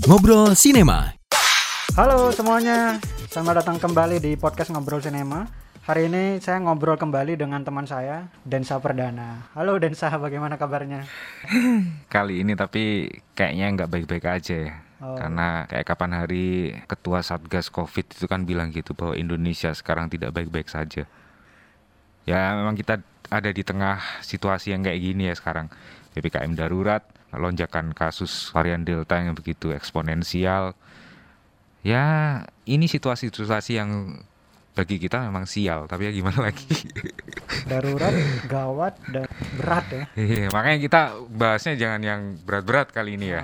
Ngobrol Sinema. Halo semuanya, selamat datang kembali di podcast Ngobrol Sinema. Hari ini saya ngobrol kembali dengan teman saya, Densa Perdana. Halo Densa, bagaimana kabarnya? Kali ini tapi kayaknya nggak baik-baik aja ya. Karena kayak kapan hari Ketua Satgas Covid itu kan bilang gitu bahwa Indonesia sekarang tidak baik-baik saja. Ya memang kita ada di tengah situasi yang kayak gini ya sekarang. PPKM darurat, lonjakan kasus varian Delta yang begitu eksponensial. Ya ini situasi-situasi yang bagi kita memang sial, tapi ya gimana lagi. Darurat, gawat, dan berat ya. Iya, makanya kita bahasnya jangan yang berat-berat kali ini ya.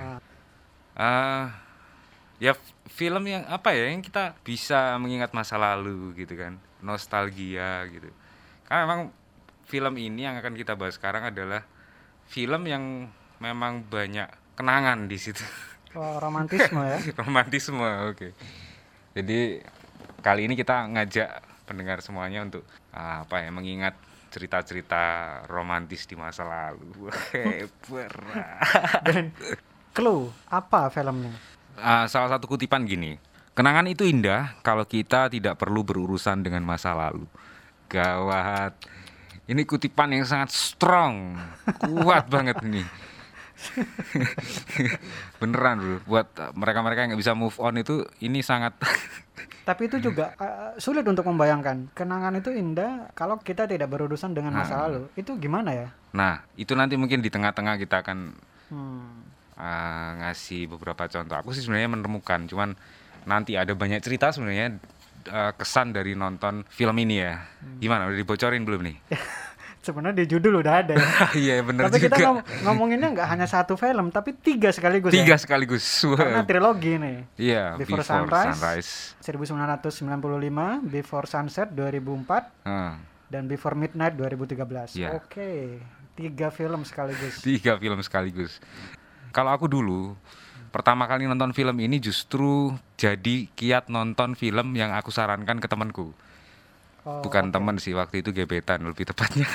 Ya film yang apa ya, yang kita bisa mengingat masa lalu gitu kan, nostalgia gitu. Karena memang film ini yang akan kita bahas sekarang adalah film yang memang banyak kenangan di situ. Oh, romantisme ya. Romantisme, oke. Jadi kali ini kita ngajak pendengar semuanya untuk mengingat cerita-cerita romantis di masa lalu. Berat. Dan clue, apa filmnya? Salah satu kutipan gini, kenangan itu indah kalau kita tidak perlu berurusan dengan masa lalu. Gawat. Ini kutipan yang sangat strong, kuat banget ini. Beneran bro, buat mereka-mereka yang nggak bisa move on itu ini sangat. Tapi itu juga sulit untuk membayangkan. Kenangan itu indah kalau kita tidak berurusan dengan masa lalu. Itu gimana ya? Nah, itu nanti mungkin di tengah-tengah kita akan ngasih beberapa contoh. Aku sih sebenarnya menemukan, cuman nanti ada banyak cerita sebenarnya kesan dari nonton film ini ya. Gimana? Udah dibocorin belum nih? Sebenarnya di judul udah ada ya. Iya benar juga. Tapi kita ngomonginnya nggak hanya satu film, tapi 3 sekaligus. 3 sekaligus. Karena trilogi nih. Iya. Before Sunrise 1995, Before Sunset 2004, dan Before Midnight 2013. Yeah. Oke, 3 film sekaligus. 3 film sekaligus. Kalau aku dulu pertama kali nonton film ini justru jadi kiat nonton film yang aku sarankan ke temanku. Bukan teman sih, waktu itu gebetan lebih tepatnya.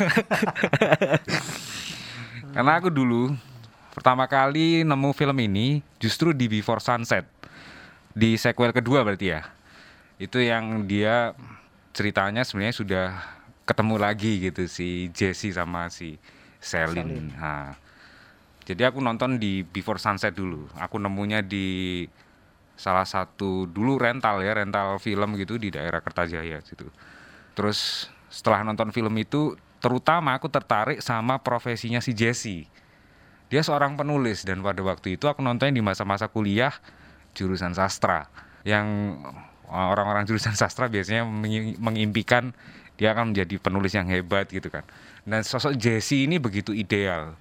Karena aku dulu pertama kali nemu film ini justru di Before Sunset, di sequel kedua berarti ya. Itu yang dia ceritanya sebenarnya sudah ketemu lagi gitu si Jesse sama si Celine. Nah, jadi aku nonton di Before Sunset dulu. Aku nemunya di salah satu dulu rental film gitu di daerah Kertajaya gitu. Terus setelah nonton film itu, terutama aku tertarik sama profesinya si Jesse. Dia seorang penulis dan pada waktu itu aku nontonnya di masa-masa kuliah jurusan sastra. Yang orang-orang jurusan sastra biasanya mengimpikan dia akan menjadi penulis yang hebat gitu kan. Dan sosok Jesse ini begitu ideal.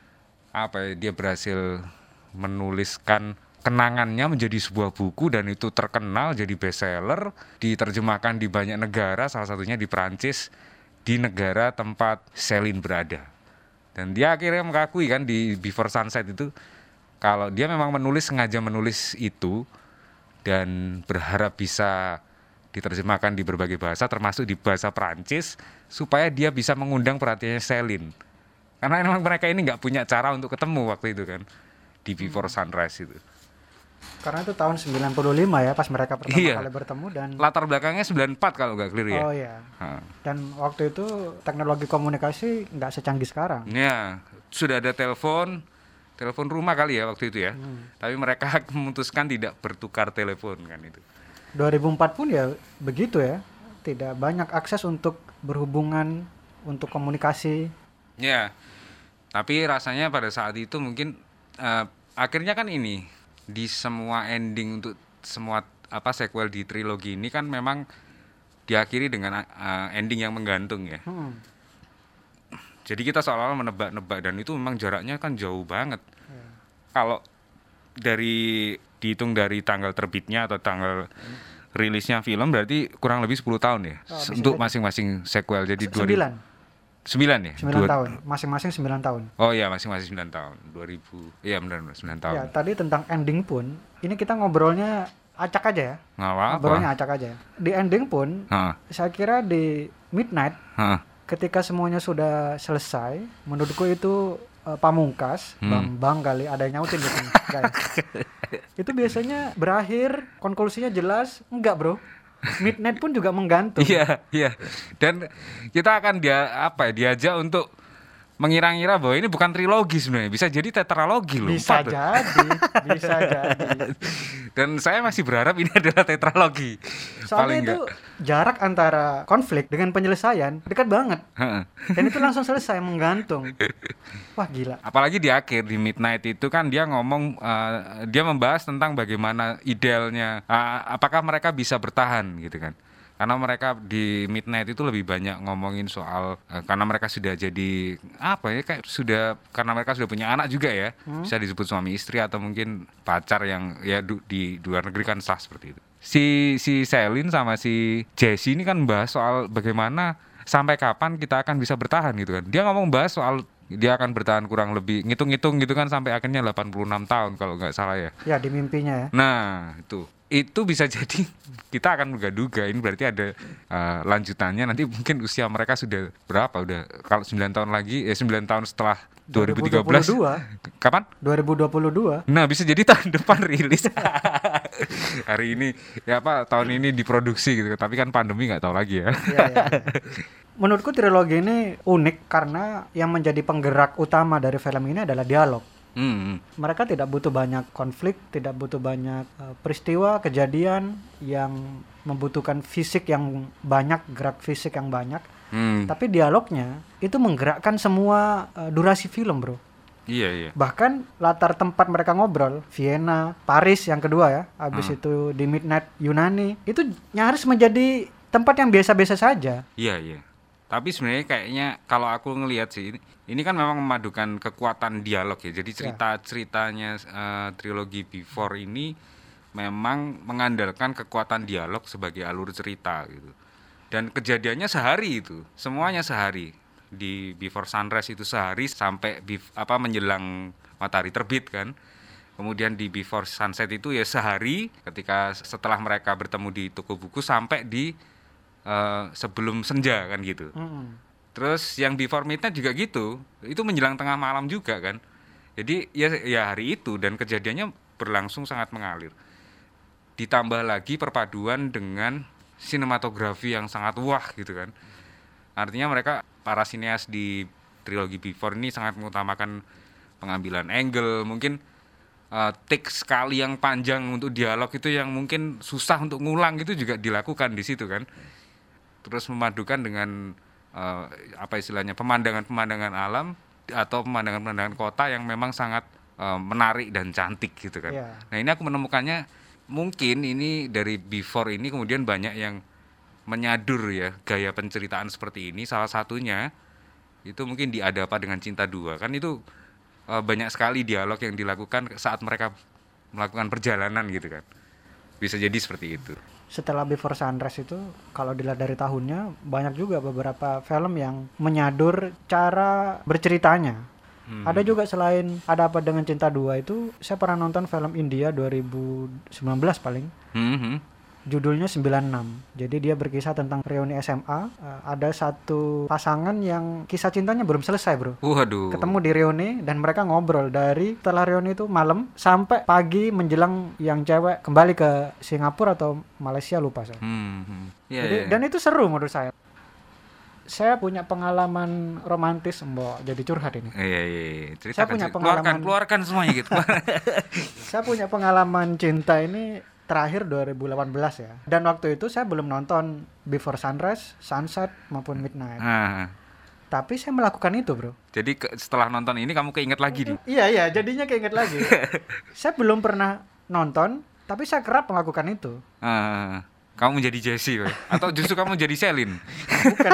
Dia berhasil menuliskan kenangannya menjadi sebuah buku dan itu terkenal jadi bestseller, diterjemahkan di banyak negara, salah satunya di Perancis, di negara tempat Celine berada. Dan dia akhirnya mengakui kan di Before Sunset itu kalau dia memang sengaja menulis itu dan berharap bisa diterjemahkan di berbagai bahasa termasuk di bahasa Perancis supaya dia bisa mengundang perhatiannya Celine. Karena memang mereka ini nggak punya cara untuk ketemu waktu itu kan di Before Sunrise itu. Karena itu tahun 95 ya pas mereka pertama kali bertemu dan latar belakangnya 94 kalau nggak clear ya. Oh iya. Dan waktu itu teknologi komunikasi nggak secanggih sekarang. Ya, sudah ada telepon rumah kali ya waktu itu ya. Tapi mereka memutuskan tidak bertukar telepon kan itu. 2004 pun ya begitu ya. Tidak banyak akses untuk berhubungan, untuk komunikasi. Ya. Tapi rasanya pada saat itu mungkin akhirnya kan ini di semua ending untuk semua sequel di trilogi ini kan memang diakhiri dengan ending yang menggantung ya. Jadi kita seolah-olah menebak-nebak dan itu memang jaraknya kan jauh banget. Kalau dihitung dari tanggal terbitnya atau tanggal rilisnya film berarti kurang lebih 10 tahun ya untuk masing-masing sequel. Jadi 9 ya? 9 tahun, masing-masing 9 tahun. Oh iya, masing-masing 9 tahun. 2000. Iya benar 9 tahun. Ya, tadi tentang ending pun, ini kita ngobrolnya acak aja ya. Nggak apa-apa. Ngobrolnya acak aja. Di ending pun, saya kira di Midnight, ketika semuanya sudah selesai, menurutku itu Pamungkas, Bambang kali ada yang nyautin gitu. Enggak ya? Itu biasanya berakhir konklusinya jelas, enggak bro. Midnight pun juga menggantung. Iya, iya. Dan kita akan diajak untuk mengira-ngira bahwa ini bukan trilogi sebenarnya, bisa jadi tetralogi loh. Bisa 4 loh. jadi, bisa jadi. Dan saya masih berharap ini adalah tetralogi. Soalnya Paling itu enggak. jarak antara konflik dengan penyelesaian dekat banget. Heeh. Dan itu langsung selesai menggantung. Wah gila. Apalagi di akhir di Midnight itu kan dia ngomong dia membahas tentang bagaimana idealnya apakah mereka bisa bertahan gitu kan. Karena mereka di Midnight itu lebih banyak ngomongin soal karena mereka sudah jadi karena mereka sudah punya anak juga ya, bisa disebut suami istri atau mungkin pacar yang ya di luar negeri kan sah seperti itu. Si Celine sama si Jesse ini kan membahas soal bagaimana sampai kapan kita akan bisa bertahan gitu kan. Dia ngomong bahas soal dia akan bertahan kurang lebih ngitung-ngitung gitu kan sampai akhirnya 86 tahun kalau nggak salah ya. Ya di mimpinya ya. Nah itu bisa jadi kita akan menduga ini berarti ada lanjutannya nanti mungkin usia mereka sudah berapa udah kalau 9 tahun lagi 9 tahun setelah 2013 kapan? 2022. Nah bisa jadi tahun depan rilis. Hari ini tahun ini diproduksi gitu tapi kan pandemi nggak tahu lagi ya. Ya. Menurutku trilogi ini unik karena yang menjadi penggerak utama dari film ini adalah dialog. Mereka tidak butuh banyak konflik, tidak butuh banyak peristiwa, kejadian yang membutuhkan fisik yang banyak, gerak fisik yang banyak. Tapi dialognya itu menggerakkan semua durasi film, bro. Iya. Bahkan latar tempat mereka ngobrol, Vienna, Paris yang kedua ya, habis itu di Midnight Yunani, itu nyaris menjadi tempat yang biasa-biasa saja. Iya. Tapi sebenarnya kayaknya kalau aku ngelihat sih ini kan memang memadukan kekuatan dialog ya. Jadi ceritanya trilogi Before ini memang mengandalkan kekuatan dialog sebagai alur cerita gitu. Dan kejadiannya sehari itu, semuanya sehari. Di Before Sunrise itu sehari sampai menjelang matahari terbit kan. Kemudian di Before Sunset itu ya sehari ketika setelah mereka bertemu di toko buku sampai di sebelum senja kan gitu. Terus yang Before Midnight juga gitu, itu menjelang tengah malam juga kan. Jadi ya hari itu dan kejadiannya berlangsung sangat mengalir. Ditambah lagi perpaduan dengan sinematografi yang sangat wah gitu kan. Artinya mereka para sineas di trilogi Before ini sangat mengutamakan pengambilan angle, mungkin take sekali yang panjang untuk dialog itu yang mungkin susah untuk ngulang itu juga dilakukan di situ kan. Terus memadukan dengan istilahnya pemandangan-pemandangan alam atau pemandangan-pemandangan kota yang memang sangat menarik dan cantik gitu kan. Yeah. Nah ini aku menemukannya mungkin ini dari Before ini kemudian banyak yang menyadur ya gaya penceritaan seperti ini. Salah satunya itu mungkin di Ada Apa Dengan Cinta 2 kan itu banyak sekali dialog yang dilakukan saat mereka melakukan perjalanan gitu kan. Bisa jadi seperti itu. Setelah Before Sunrise itu kalau dilihat dari tahunnya banyak juga beberapa film yang menyadur cara berceritanya. Ada juga selain Ada Apa Dengan Cinta 2 itu saya pernah nonton film India 2019 paling. Judulnya 96. Jadi dia berkisah tentang reuni SMA. Ada satu pasangan yang kisah cintanya belum selesai, bro. Waduh. Ketemu di reuni dan mereka ngobrol dari setelah reuni itu malam sampai pagi menjelang yang cewek kembali ke Singapura atau Malaysia lupa saya. Dan itu seru menurut saya. Saya punya pengalaman romantis, Mbok. Jadi curhat ini. Iya. Saya punya pengalaman. Keluarkan semuanya gitu. Saya punya pengalaman cinta ini terakhir 2018 ya. Dan waktu itu saya belum nonton Before Sunrise, Sunset maupun Midnight. Tapi saya melakukan itu, bro. Jadi setelah nonton ini kamu keinget lagi nih? Iya, jadinya keinget lagi. Saya belum pernah nonton, tapi saya kerap melakukan itu. Kamu menjadi Jessie, atau justru kamu jadi Celine? Bukan,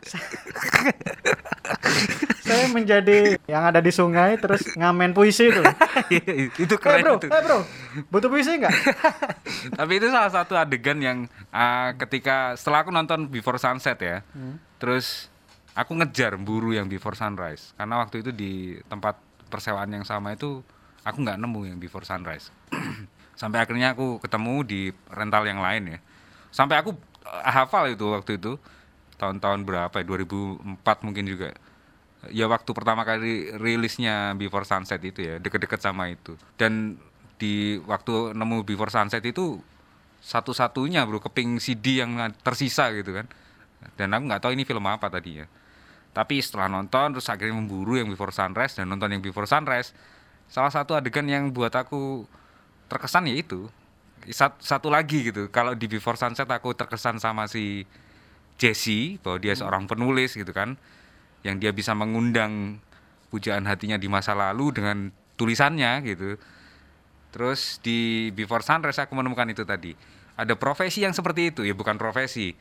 saya menjadi yang ada di sungai terus ngamen puisi itu. Itu keren. Bro, butuh puisi nggak? Tapi itu salah satu adegan yang ketika setelah aku nonton Before Sunset ya, terus aku ngejar buru yang Before Sunrise karena waktu itu di tempat persewaan yang sama itu aku nggak nemu yang Before Sunrise. Sampai akhirnya aku ketemu di rental yang lain ya. Sampai aku hafal itu waktu itu tahun-tahun berapa ya, 2004 mungkin juga. ya waktu pertama kali rilisnya Before Sunset itu ya, deket-deket sama itu. Dan di waktu nemu Before Sunset itu satu-satunya bro keping CD yang tersisa gitu kan. Dan aku nggak tahu ini film apa tadinya. Tapi setelah nonton terus akhirnya memburu yang Before Sunrise dan nonton yang Before Sunrise. Salah satu adegan yang buat aku terkesan ya itu. Satu lagi gitu. Kalau di Before Sunset aku terkesan sama si Jesse bahwa dia seorang penulis gitu kan. Yang dia bisa mengundang pujaan hatinya di masa lalu dengan tulisannya gitu. Terus di Before Sunrise aku menemukan itu tadi. Ada profesi yang seperti itu, ya bukan profesi.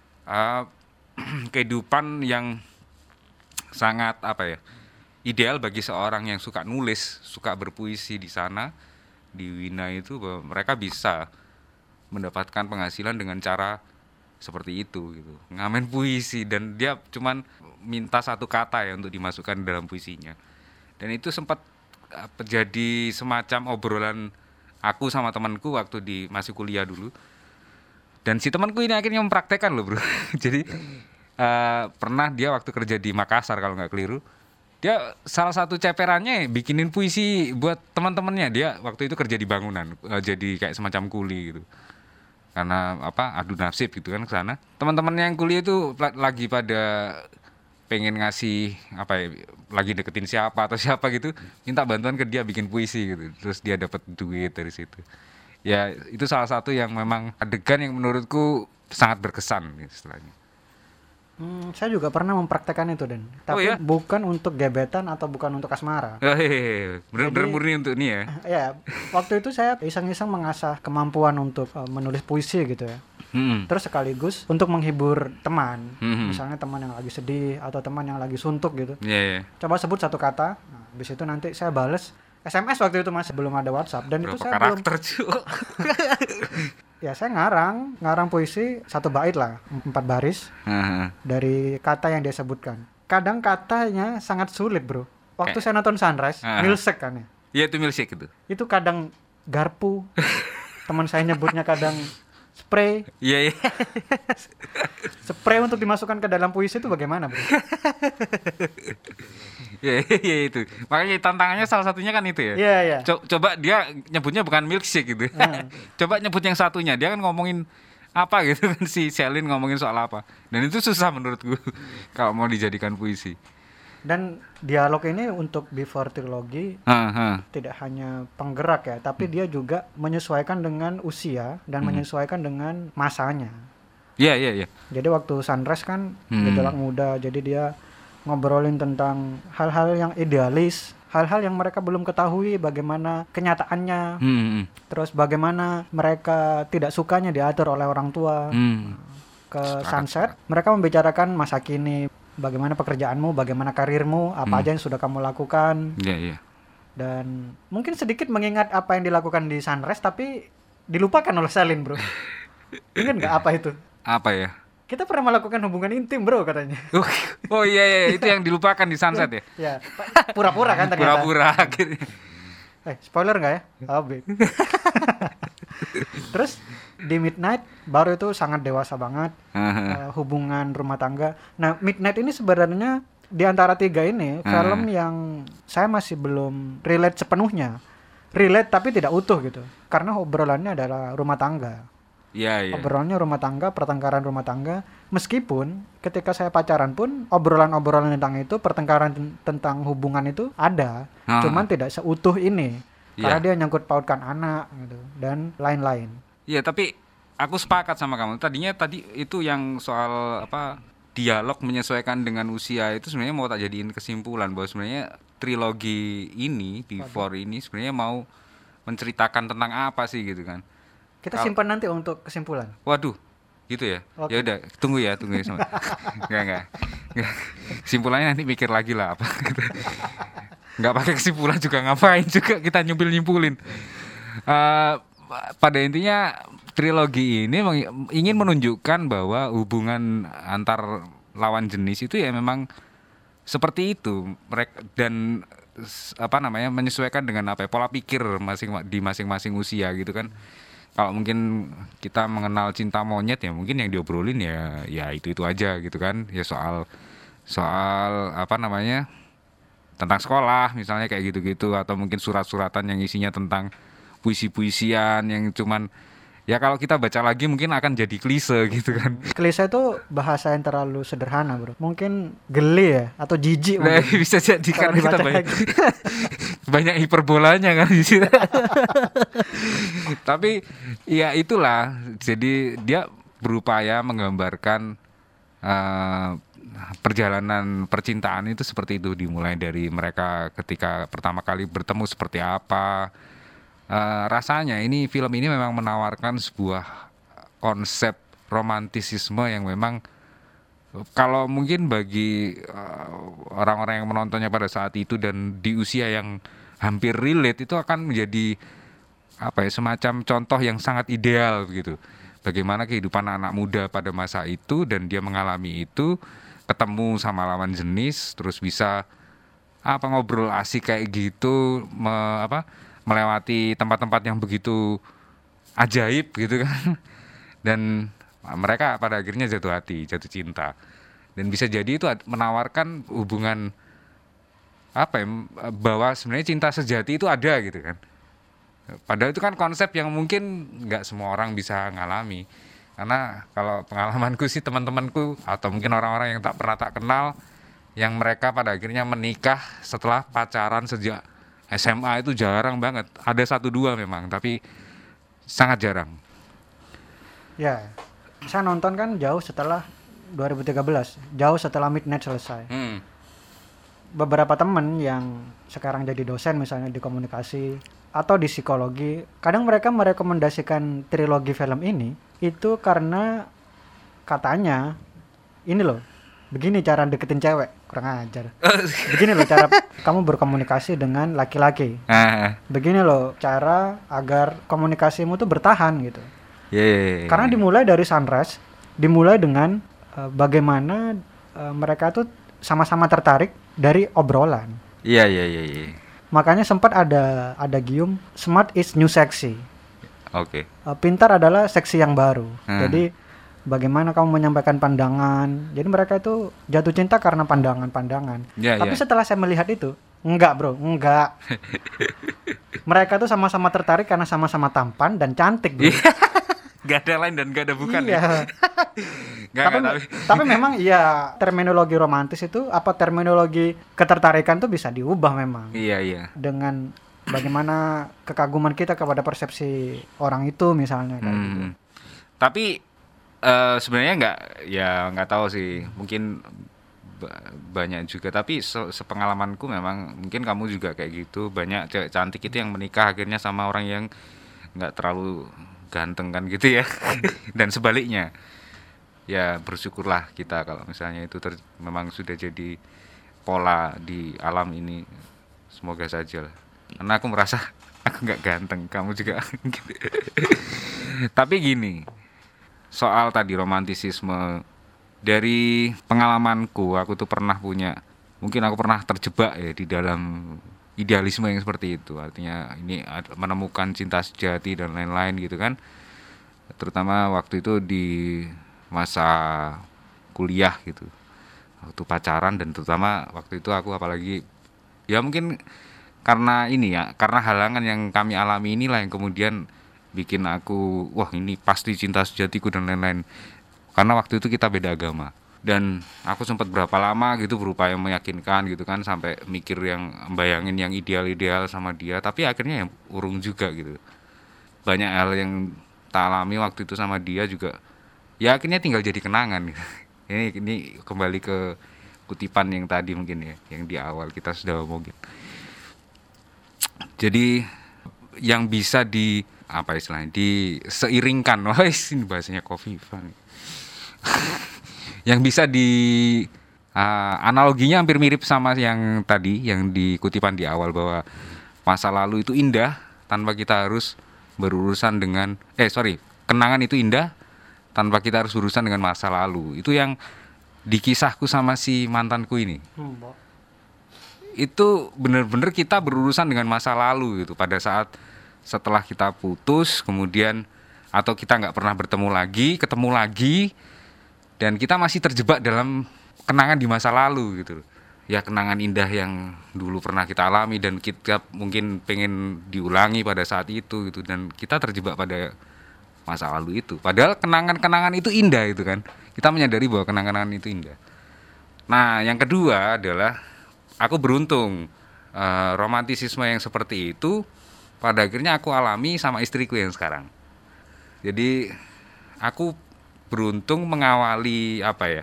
Kehidupan yang sangat apa ya, ideal bagi seorang yang suka nulis, suka berpuisi di sana di Wina itu, bahwa mereka bisa mendapatkan penghasilan dengan cara seperti itu gitu, ngamen puisi, dan dia cuman minta satu kata ya untuk dimasukkan dalam puisinya. Dan itu sempat jadi semacam obrolan aku sama temanku waktu masih kuliah dulu. Dan si temanku ini akhirnya mempraktekkan loh bro. Jadi pernah dia waktu kerja di Makassar kalau nggak keliru, dia salah satu ceperannya bikinin puisi buat teman-temannya. Dia waktu itu kerja di bangunan, jadi kayak semacam kuli gitu. Karena apa, adu nasib gitu kan ke sana. Teman-teman yang kuliah itu lagi pada pengen ngasih apa ya, lagi deketin siapa atau siapa gitu, minta bantuan ke dia bikin puisi gitu. Terus dia dapat duit dari situ. Ya itu salah satu yang memang adegan yang menurutku sangat berkesan gitu, istilahnya. Saya juga pernah mempraktekkan itu Dan, tapi ya? bukan untuk gebetan atau bukan untuk asmara. Bener-bener murni untuk ini ya. Ya, waktu itu saya iseng-iseng mengasah kemampuan untuk menulis puisi gitu ya. Terus sekaligus untuk menghibur teman, misalnya teman yang lagi sedih atau teman yang lagi suntuk gitu. Coba sebut satu kata, nah, habis itu nanti saya bales SMS waktu itu masih belum ada WhatsApp, dan berapa itu saya karakter belum. Ya saya ngarang puisi 1 bait lah, 4 baris dari kata yang dia sebutkan. Kadang katanya sangat sulit bro. Waktu saya nonton Sunrise, milsek kan ya. Iya itu milsek itu. Itu kadang garpu, teman saya nyebutnya kadang spray. Iya. Spray untuk dimasukkan ke dalam puisi itu bagaimana bro? Iya itu. Makanya tantangannya salah satunya kan itu ya. Iya. Coba dia nyebutnya bukan milkshake gitu. Coba nyebut yang satunya. Dia kan ngomongin apa gitu kan, si Celine ngomongin soal apa. Dan itu susah menurutku kalau mau dijadikan puisi. Dan dialog ini untuk Before Trilogy tidak hanya penggerak ya, tapi dia juga menyesuaikan dengan usia dan menyesuaikan dengan masanya. Iya. Jadi waktu Sunrise kan gejolak muda, jadi dia ngobrolin tentang hal-hal yang idealis, hal-hal yang mereka belum ketahui bagaimana kenyataannya, terus bagaimana mereka tidak sukanya diatur oleh orang tua. Ke Sunset, mereka membicarakan masa kini, bagaimana pekerjaanmu, bagaimana karirmu, apa aja yang sudah kamu lakukan. Iya. Dan mungkin sedikit mengingat apa yang dilakukan di Sunrise, tapi dilupakan oleh Celine bro. Ingat nggak apa itu? Apa ya? Kita pernah melakukan hubungan intim bro katanya. Oh iya, itu yang dilupakan di Sunset ya? Ya, pura-pura kan ternyata. Pura-pura akhirnya. Spoiler nggak ya? Terus di Midnight baru itu sangat dewasa banget, hubungan rumah tangga. Nah Midnight ini sebenarnya di antara 3 ini film yang saya masih belum relate sepenuhnya. Relate tapi tidak utuh gitu, karena obrolannya adalah rumah tangga. Iya. Obrolannya rumah tangga, pertengkaran rumah tangga. Meskipun ketika saya pacaran pun obrolan-obrolan tentang itu, pertengkaran tentang hubungan itu ada, cuman tidak seutuh ini. Karena dia nyangkut pautkan anak gitu dan lain-lain. Iya, tapi aku sepakat sama kamu. Tadi itu yang soal apa, dialog menyesuaikan dengan usia itu sebenarnya mau tak jadiin kesimpulan bahwa sebenarnya trilogi ini Before ini sebenarnya mau menceritakan tentang apa sih gitu kan. Kita simpan nanti untuk kesimpulan. Waduh, gitu ya. Okay. Ya udah, tunggu ya sama. Enggak. Kesimpulannya nanti mikir lagi lah apa gitu. Enggak pakai kesimpulan juga, ngapain juga kita nyumpil-nyimpulin. Pada intinya trilogi ini ingin menunjukkan bahwa hubungan antar lawan jenis itu ya memang seperti itu. Mereka dan menyesuaikan dengan pola pikir di masing-masing usia gitu kan. Kalau mungkin kita mengenal cinta monyet ya mungkin yang diobrolin ya itu aja gitu kan, ya soal soal apa namanya, tentang sekolah misalnya kayak gitu-gitu, atau mungkin surat-suratan yang isinya tentang puisi-puisian yang cuman ya kalau kita baca lagi mungkin akan jadi klise gitu kan. Klise itu bahasa yang terlalu sederhana, bro. Mungkin geli ya atau jijik Nah, mungkin. bisa jadi Kalau karena kita dibaca banyak lagi. banyak hiperbolanya kan di situ. Tapi ya itulah, jadi dia berupaya menggambarkan eh, perjalanan percintaan itu seperti itu, dimulai dari mereka ketika pertama kali bertemu seperti apa. Rasanya ini film ini memang menawarkan sebuah konsep romantisisme yang memang kalau mungkin bagi orang-orang yang menontonnya pada saat itu dan di usia yang hampir relate, itu akan menjadi apa ya, semacam contoh yang sangat ideal gitu. Bagaimana kehidupan anak muda pada masa itu, dan dia mengalami itu, ketemu sama lawan jenis, terus bisa apa ngobrol asik kayak gitu, melewati tempat-tempat yang begitu ajaib gitu kan. Dan mereka pada akhirnya jatuh hati, jatuh cinta. Dan bisa jadi itu menawarkan hubungan apa ya, bahwa sebenarnya cinta sejati itu ada gitu kan. Padahal itu kan konsep yang mungkin nggak semua orang bisa ngalami. Karena kalau pengalamanku sih, teman-temanku atau mungkin orang-orang yang tak pernah tak kenal, yang mereka pada akhirnya menikah setelah pacaran sejak SMA itu jarang banget. Ada 1-2 memang, tapi sangat jarang. Ya, saya nonton kan jauh setelah 2013, jauh setelah Midnight selesai. Beberapa temen yang sekarang jadi dosen misalnya di komunikasi atau di psikologi, kadang mereka merekomendasikan trilogi film ini itu karena katanya ini loh, begini cara deketin cewek, kurang ajar. Begini loh cara kamu berkomunikasi dengan laki-laki. Begini loh cara agar komunikasimu tuh bertahan gitu. Karena dimulai dari Sunrise, dimulai dengan bagaimana mereka tuh sama-sama tertarik dari obrolan. Iya. Makanya sempat ada gium, smart is new sexy. Oke. Pintar adalah seksi yang baru. Jadi bagaimana kamu menyampaikan pandangan. Jadi mereka itu jatuh cinta karena pandangan-pandangan. Tapi setelah saya melihat itu, enggak bro, enggak. Mereka tuh sama-sama tertarik karena sama-sama tampan dan cantik bro. Gak ada lain dan gak ada bukan iya. Ya. Tapi memang iya, terminologi romantis itu apa terminologi ketertarikan tuh bisa diubah memang. Iya. Dengan bagaimana kekaguman kita kepada persepsi orang itu misalnya kayak gitu. Tapi sebenarnya nggak tahu sih, mungkin banyak juga, tapi sepengalamanku memang mungkin kamu juga kayak gitu, banyak cewek cantik itu yang menikah akhirnya sama orang yang nggak terlalu ganteng kan gitu ya. Dan sebaliknya ya bersyukurlah kita kalau misalnya itu memang sudah jadi pola di alam ini, semoga saja lah. Karena aku merasa aku nggak ganteng, kamu juga gitu. Tapi gini, soal tadi romantisisme, dari pengalamanku aku tuh pernah mungkin aku pernah terjebak ya di dalam idealisme yang seperti itu. Artinya ini menemukan cinta sejati dan lain-lain gitu kan. Terutama waktu itu di masa kuliah gitu, waktu pacaran, dan terutama waktu itu aku apalagi ya mungkin karena halangan yang kami alami inilah yang kemudian bikin aku wah ini pasti cinta sejatiku dan lain-lain. Karena waktu itu kita beda agama. Dan aku sempat berapa lama gitu berupaya meyakinkan gitu kan, sampai mikir yang bayangin yang ideal-ideal sama dia, tapi akhirnya ya urung juga gitu. Banyak hal yang tak alami waktu itu sama dia juga, ya akhirnya tinggal jadi kenangan gitu. Ini kembali ke kutipan yang tadi mungkin ya, yang di awal kita sudah ngomongin. Jadi yang bisa diseiringkan, wah ini bahasanya Kofifa nih. Yang bisa analoginya hampir mirip sama yang tadi, yang di kutipan di awal, bahwa masa lalu itu indah tanpa kita harus berurusan dengan kenangan itu indah tanpa kita harus berurusan dengan masa lalu. Itu yang di kisahku sama si mantanku ini. Itu benar-benar kita berurusan dengan masa lalu gitu, pada saat setelah kita putus kemudian, atau kita nggak pernah ketemu lagi, dan kita masih terjebak dalam kenangan di masa lalu gitu loh. Ya kenangan indah yang dulu pernah kita alami dan kita mungkin pengen diulangi pada saat itu gitu, dan kita terjebak pada masa lalu itu. Padahal kenangan-kenangan itu indah itu kan. Kita menyadari bahwa kenangan-kenangan itu indah. Nah, yang kedua adalah aku beruntung, romantisisme yang seperti itu pada akhirnya aku alami sama istriku yang sekarang. Jadi aku beruntung mengawali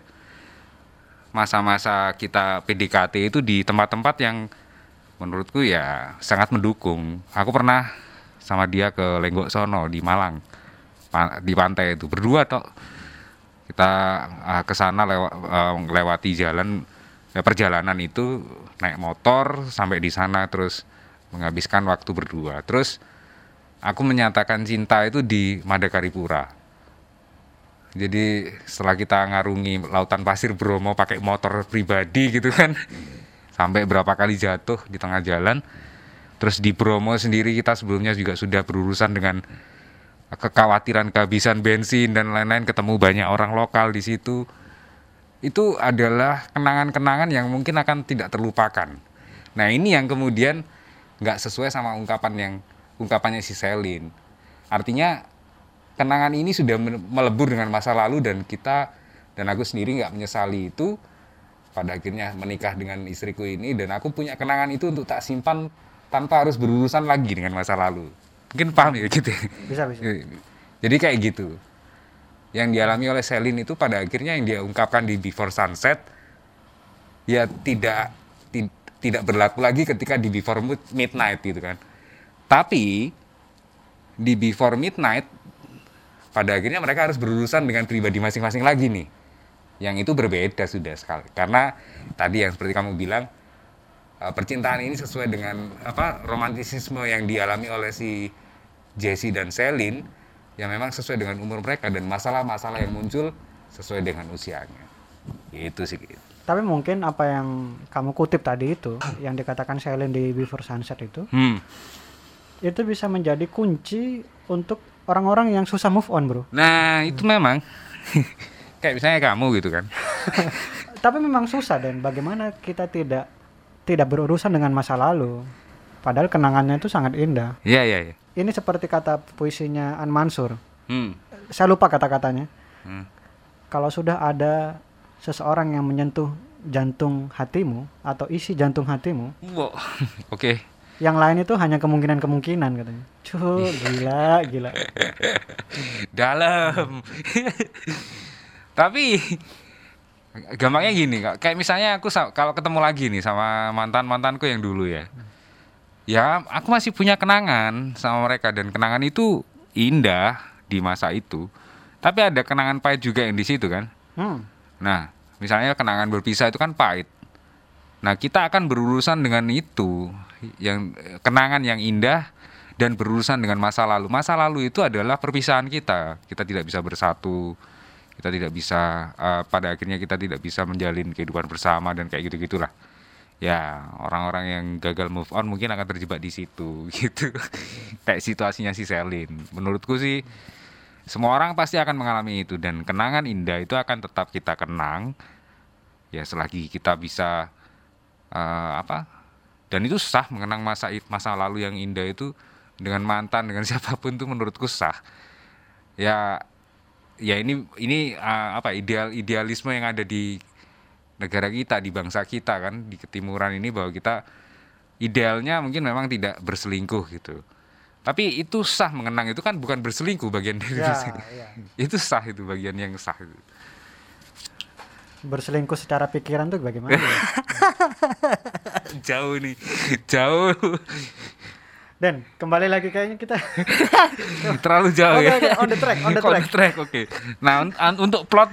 masa-masa kita PDKT itu di tempat-tempat yang menurutku ya sangat mendukung. Aku pernah sama dia ke Lenggok Sono di Malang, di pantai itu berdua toh. Kita ke sana lewati jalan perjalanan itu naik motor sampai di sana, terus menghabiskan waktu berdua. Terus aku menyatakan cinta itu di Madakaripura. Jadi setelah kita ngarungi lautan pasir Bromo pakai motor pribadi gitu kan, sampai berapa kali jatuh di tengah jalan. Terus di Bromo sendiri kita sebelumnya juga sudah berurusan dengan kekhawatiran kehabisan bensin dan lain-lain, ketemu banyak orang lokal di situ. Itu adalah kenangan-kenangan yang mungkin akan tidak terlupakan. Nah ini yang kemudian nggak sesuai sama ungkapannya si Selin. Artinya kenangan ini sudah melebur dengan masa lalu, dan aku sendiri nggak menyesali itu. Pada akhirnya menikah dengan istriku ini, dan aku punya kenangan itu untuk tak simpan tanpa harus berurusan lagi dengan masa lalu. Mungkin paham ya gitu. Bisa. Jadi kayak gitu. Yang dialami oleh Selin itu pada akhirnya yang dia ungkapkan di Before Sunset ya tidak berlaku lagi ketika di Before Midnight gitu kan. Tapi di Before Midnight pada akhirnya mereka harus berurusan dengan pribadi masing-masing lagi nih. Yang itu berbeda sudah sekali. Karena tadi yang seperti kamu bilang, percintaan ini sesuai dengan romantisisme yang dialami oleh si Jesse dan Selin, yang memang sesuai dengan umur mereka, dan masalah-masalah yang muncul sesuai dengan usianya. Itu sih. Tapi mungkin apa yang kamu kutip tadi itu, yang dikatakan Selin di Before Sunset itu bisa menjadi kunci untuk orang-orang yang susah move on, bro. Nah, itu memang kayak misalnya kamu gitu kan. Tapi memang susah, dan bagaimana kita tidak berurusan dengan masa lalu, padahal kenangannya itu sangat indah. Iya. Ini seperti kata puisinya An Mansur. Saya lupa kata-katanya. Kalau sudah ada seseorang yang menyentuh jantung hatimu atau isi jantung hatimu, Oke. Yang lain itu hanya kemungkinan katanya. Gila. Dalam. Tapi gampangnya gini, Kak. Kayak misalnya aku kalau ketemu lagi nih sama mantanku yang dulu ya. Ya, aku masih punya kenangan sama mereka, dan kenangan itu indah di masa itu. Tapi ada kenangan pahit juga yang di situ kan. Nah, misalnya kenangan berpisah itu kan pahit. Nah, kita akan berurusan dengan itu, yang kenangan yang indah, dan berurusan dengan masa lalu. Masa lalu itu adalah perpisahan kita. Kita tidak bisa bersatu. Kita tidak bisa, pada akhirnya kita tidak bisa menjalin kehidupan bersama dan kayak gitu-gitulah. Ya, orang-orang yang gagal move on mungkin akan terjebak di situ gitu. Kayak situasinya si Selin. Menurutku sih semua orang pasti akan mengalami itu, dan kenangan indah itu akan tetap kita kenang. Ya, selagi kita bisa dan itu sah mengenang masa lalu yang indah itu dengan mantan, dengan siapapun, itu menurutku sah. Ya ini idealisme yang ada di negara kita, di bangsa kita kan, di ketimuran ini, bahwa kita idealnya mungkin memang tidak berselingkuh gitu. Tapi itu sah mengenang, itu kan bukan berselingkuh bagian dari itu sah, itu bagian yang sah itu. Berselingkuh secara pikiran tuh bagaimana ya? Jauh. Dan kembali lagi kayaknya kita terlalu jauh ya. Okay. On the track. Oke. Nah, untuk plot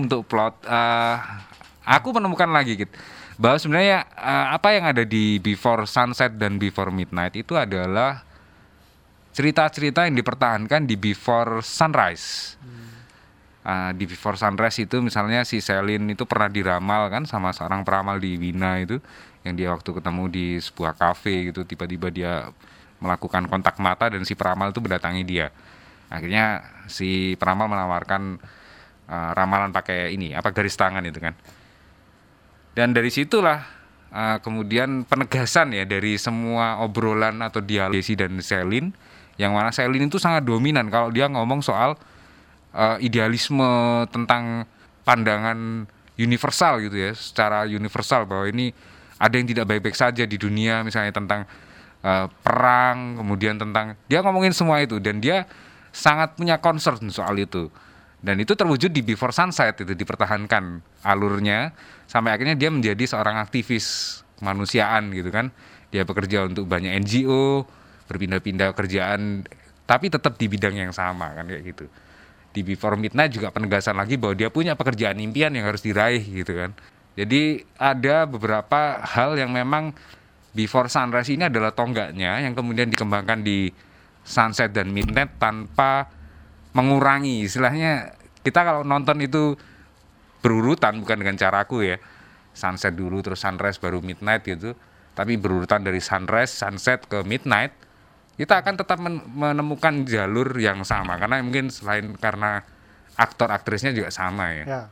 aku menemukan lagi gitu, bahwa sebenarnya apa yang ada di Before Sunset dan Before Midnight itu adalah cerita-cerita yang dipertahankan di Before Sunrise. Di Before Sunrise itu misalnya si Selin itu pernah diramal kan sama seorang peramal di Wina itu, yang dia waktu ketemu di sebuah kafe gitu, tiba-tiba dia melakukan kontak mata dan si peramal itu mendatangi dia. Akhirnya si peramal menawarkan ramalan pakai garis tangan itu kan. Dan dari situlah kemudian penegasan ya dari semua obrolan atau dialog Jesse dan Selin, yang mana Selin itu sangat dominan kalau dia ngomong soal idealisme tentang pandangan universal gitu ya, secara universal bahwa ini ada yang tidak baik-baik saja di dunia, misalnya tentang perang, kemudian tentang dia ngomongin semua itu, dan dia sangat punya concern soal itu. Dan itu terwujud di Before Sunset, itu dipertahankan alurnya sampai akhirnya dia menjadi seorang aktivis kemanusiaan gitu kan. Dia bekerja untuk banyak NGO, berpindah-pindah kerjaan, tapi tetap di bidang yang sama kan kayak gitu. Di Before Midnight juga penegasan lagi bahwa dia punya pekerjaan impian yang harus diraih gitu kan. Jadi ada beberapa hal yang memang Before Sunrise ini adalah tonggaknya yang kemudian dikembangkan di Sunset dan Midnight tanpa mengurangi, istilahnya kita kalau nonton itu berurutan, bukan dengan caraku ya, Sunset dulu terus Sunrise baru Midnight gitu, tapi berurutan dari Sunrise, Sunset ke Midnight, kita akan tetap menemukan jalur yang sama, karena mungkin selain karena aktor aktrisnya juga sama ya. Ya.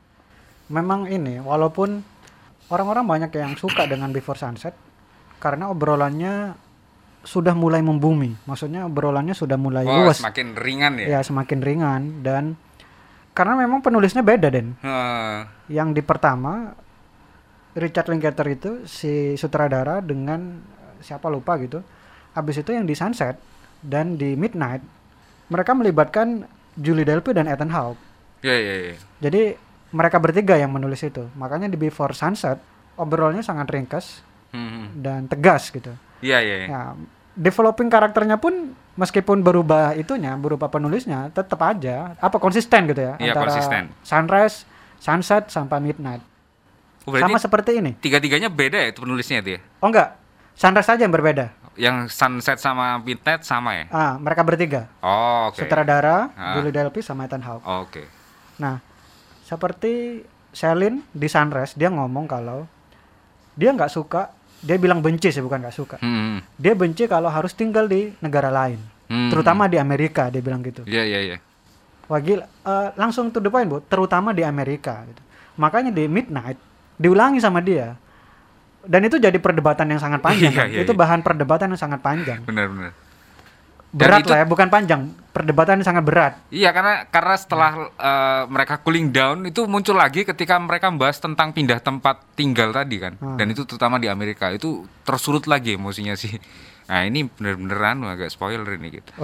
Memang ini, walaupun orang-orang banyak yang suka dengan Before Sunset karena obrolannya sudah mulai membumi, maksudnya obrolannya sudah mulai luas, semakin ringan ya. Ya, semakin ringan, dan karena memang penulisnya beda, Den. Yang di pertama Richard Linklater itu si sutradara dengan siapa lupa gitu. Habis itu yang di Sunset dan di Midnight mereka melibatkan Julie Delpy dan Ethan Hawke. Iya. Jadi mereka bertiga yang menulis itu. Makanya di Before Sunset obrolannya sangat ringkas dan tegas gitu. Iya. Ya, developing karakternya pun meskipun berubah itunya, berubah penulisnya, tetap aja konsisten gitu ya, iya, antara konsisten. Sunrise, Sunset sampai Midnight. Sama seperti ini. Tiga-tiganya beda ya itu penulisnya itu ya? Oh enggak, Sunrise saja yang berbeda. Yang Sunset sama Midnight sama ya? Mereka bertiga. Oh, oke. Sutradara, Julie Delpy sama Ethan Hawke. Oh, oke. Nah, seperti Selin di Sunrise, dia ngomong kalau dia nggak suka, dia bilang benci sih, bukan nggak suka. Dia benci kalau harus tinggal di negara lain, terutama di Amerika, dia bilang gitu. Iya. Wah gila, langsung to the point, Bu, terutama di Amerika gitu. Makanya di Midnight diulangi sama dia. Dan itu jadi perdebatan yang sangat panjang. Itu bahan perdebatan yang sangat panjang. Benar. Berat lah ya, bukan panjang. Perdebatan yang sangat berat. Iya, karena setelah mereka cooling down itu muncul lagi ketika mereka membahas tentang pindah tempat tinggal tadi kan. Dan itu terutama di Amerika itu tersulut lagi emosinya sih. Nah, ini bener-beneran agak spoiler ini gitu.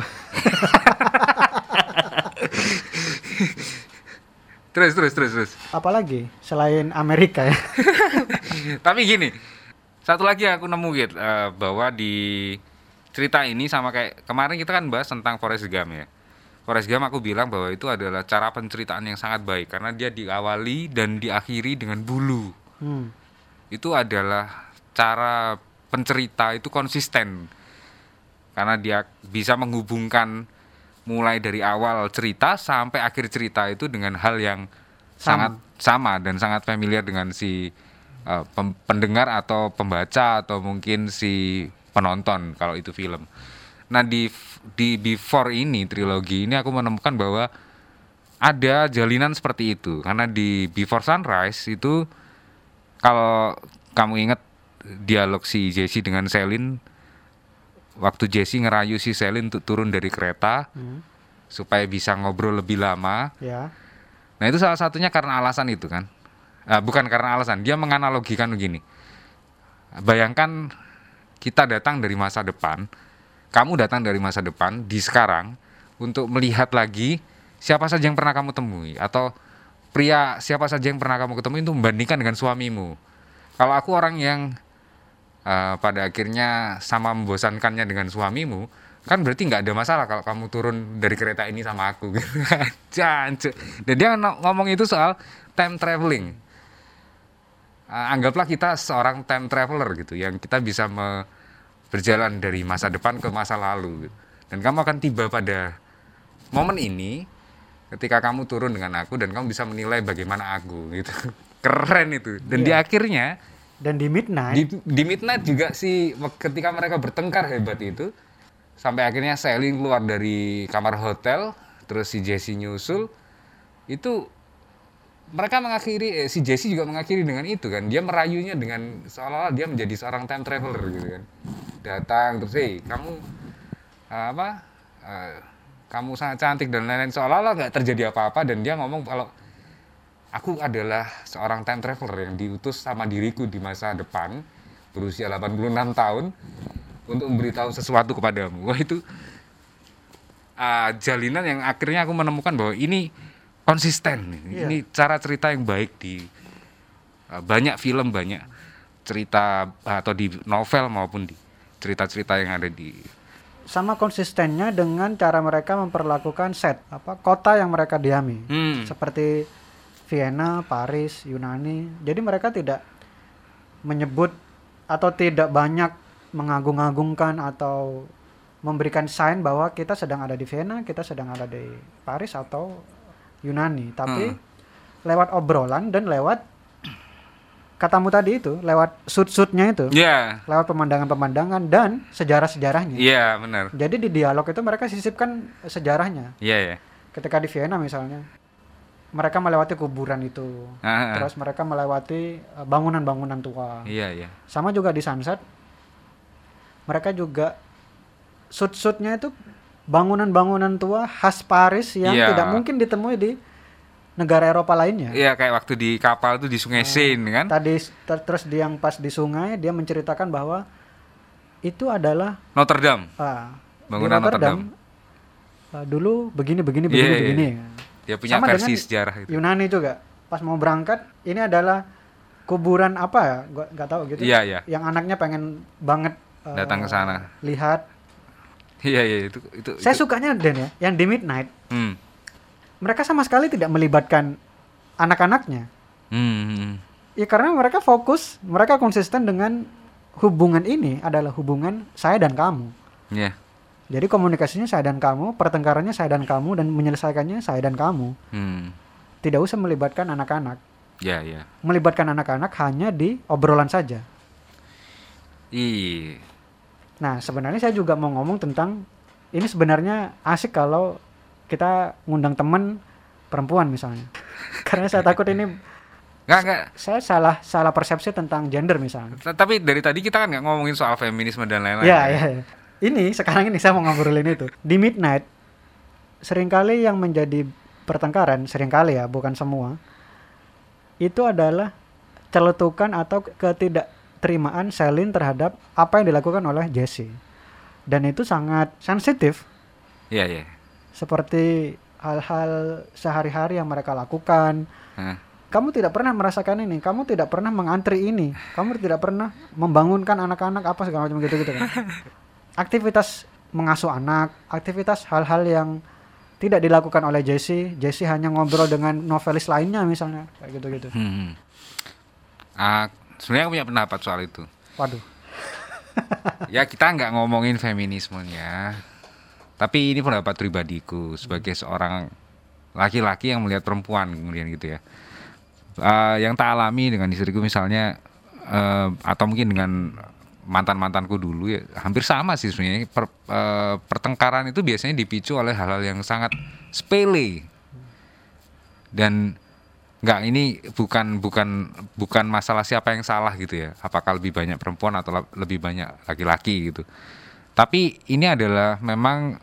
Terus. Apalagi selain Amerika ya. Tapi gini, satu lagi aku nemu gitu, bahwa di cerita ini sama kayak kemarin kita kan bahas tentang Forrest Gump ya. Forrest Gump aku bilang bahwa itu adalah cara penceritaan yang sangat baik karena dia diawali dan diakhiri dengan bulu. Itu adalah cara pencerita itu konsisten. Karena dia bisa menghubungkan mulai dari awal cerita sampai akhir cerita itu dengan hal yang sangat sama dan sangat familiar dengan si pendengar atau pembaca atau mungkin si penonton kalau itu film. Nah di Before ini, trilogi ini aku menemukan bahwa ada jalinan seperti itu. Karena di Before Sunrise itu kalau kamu ingat dialog si Jesse dengan Selin, waktu Jesse ngerayu si Selin untuk turun dari kereta supaya bisa ngobrol lebih lama. Ya. Nah itu salah satunya karena alasan itu kan. Bukan karena alasan, dia menganalogikan begini. Bayangkan kita datang dari masa depan, kamu datang dari masa depan di sekarang untuk melihat lagi siapa saja yang pernah kamu temui atau pria siapa saja yang pernah kamu ketemu itu membandingkan dengan suamimu. Kalau aku orang yang pada akhirnya sama membosankannya dengan suamimu, kan berarti nggak ada masalah kalau kamu turun dari kereta ini sama aku gitu. Dan dia ngomong itu soal time traveling. Anggaplah kita seorang time traveler gitu, yang kita bisa berjalan dari masa depan ke masa lalu gitu. Dan kamu akan tiba pada momen ini ketika kamu turun dengan aku dan kamu bisa menilai bagaimana aku gitu. Keren itu. Dan di akhirnya dan di Midnight juga sih ketika mereka bertengkar hebat itu sampai akhirnya Selin keluar dari kamar hotel terus si Jesse nyusul, itu mereka mengakhiri si Jesse juga mengakhiri dengan itu kan, dia merayunya dengan seolah-olah dia menjadi seorang time traveler gitu kan, datang terus kamu kamu sangat cantik dan lain-lain, seolah-olah nggak terjadi apa-apa, dan dia ngomong kalau aku adalah seorang time traveler yang diutus sama diriku di masa depan berusia 86 tahun untuk memberitahu sesuatu kepadamu. Wah, itu jalinan yang akhirnya aku menemukan bahwa ini konsisten. Ini cara cerita yang baik di banyak film, banyak cerita atau di novel maupun di cerita-cerita yang ada di. Sama konsistennya dengan cara mereka memperlakukan set kota yang mereka diami, seperti Vienna, Paris, Yunani. Jadi mereka tidak menyebut atau tidak banyak mengagung-agungkan atau memberikan sign bahwa kita sedang ada di Vienna, kita sedang ada di Paris atau Yunani, tapi lewat obrolan dan lewat katamu tadi itu, lewat sud-sudnya itu, lewat pemandangan-pemandangan dan sejarah-sejarahnya. Iya, benar. Jadi di dialog itu mereka sisipkan sejarahnya. Iya. Ketika di Vienna misalnya, mereka melewati kuburan itu, terus mereka melewati bangunan-bangunan tua. Iya. Sama juga di Sunset, mereka juga sud-sudnya itu bangunan-bangunan tua khas Paris yang tidak mungkin ditemui di negara Eropa lainnya. Iya, kayak waktu di kapal itu di Sungai Seine kan. Tadi terus yang pas di sungai dia menceritakan bahwa itu adalah Notre Dame. Bangunan Notre Dame. Dulu begini. Dia punya sama versi dengan sejarah itu. Yunani juga. Pas mau berangkat, ini adalah kuburan apa ya? Gua nggak tahu gitu. Iya. Yang anaknya pengen banget datang ke sana. Lihat. Iya, itu. Saya sukanya Dan ya, yang di Midnight. Mereka sama sekali tidak melibatkan anak-anaknya. Ya karena mereka fokus, mereka konsisten dengan hubungan ini adalah hubungan saya dan kamu. Iya. Jadi komunikasinya saya dan kamu, pertengkarannya saya dan kamu, dan menyelesaikannya saya dan kamu. Tidak usah melibatkan anak-anak. Iya. Melibatkan anak-anak hanya di obrolan saja. Iya. Nah, sebenarnya saya juga mau ngomong tentang ini sebenarnya asik kalau kita ngundang teman perempuan misalnya. Karena saya takut ini Enggak. Saya salah persepsi tentang gender misalnya. Tapi dari tadi kita kan nggak ngomongin soal feminisme dan lain-lain. Iya. Ini sekarang ini saya mau ngobrolin itu. Di Midnight seringkali yang menjadi pertengkaran, seringkali ya, bukan semua, itu adalah celetukan atau ketidakterimaan Celine terhadap apa yang dilakukan oleh Jesse. Dan itu sangat sensitif. Iya. Seperti hal-hal sehari-hari yang mereka lakukan. Kamu tidak pernah merasakan ini, kamu tidak pernah mengantri ini, kamu tidak pernah membangunkan anak-anak apa segala macam gitu kan. Aktivitas mengasuh anak, aktivitas hal-hal yang tidak dilakukan oleh Jesse hanya ngobrol dengan novelis lainnya misalnya, kayak gitu-gitu. Sebenarnya aku punya pendapat soal itu. Waduh. Ya kita nggak ngomongin feminismenya, tapi ini pendapat pribadiku sebagai seorang laki-laki yang melihat perempuan kemudian gitu ya. Yang tak alami dengan istriku misalnya, atau mungkin dengan mantan-mantanku dulu ya, hampir sama sih sebenarnya. Pertengkaran itu biasanya dipicu oleh hal-hal yang sangat sepele. Dan ini bukan masalah siapa yang salah gitu ya. Apakah lebih banyak perempuan atau lebih banyak laki-laki gitu. Tapi ini adalah memang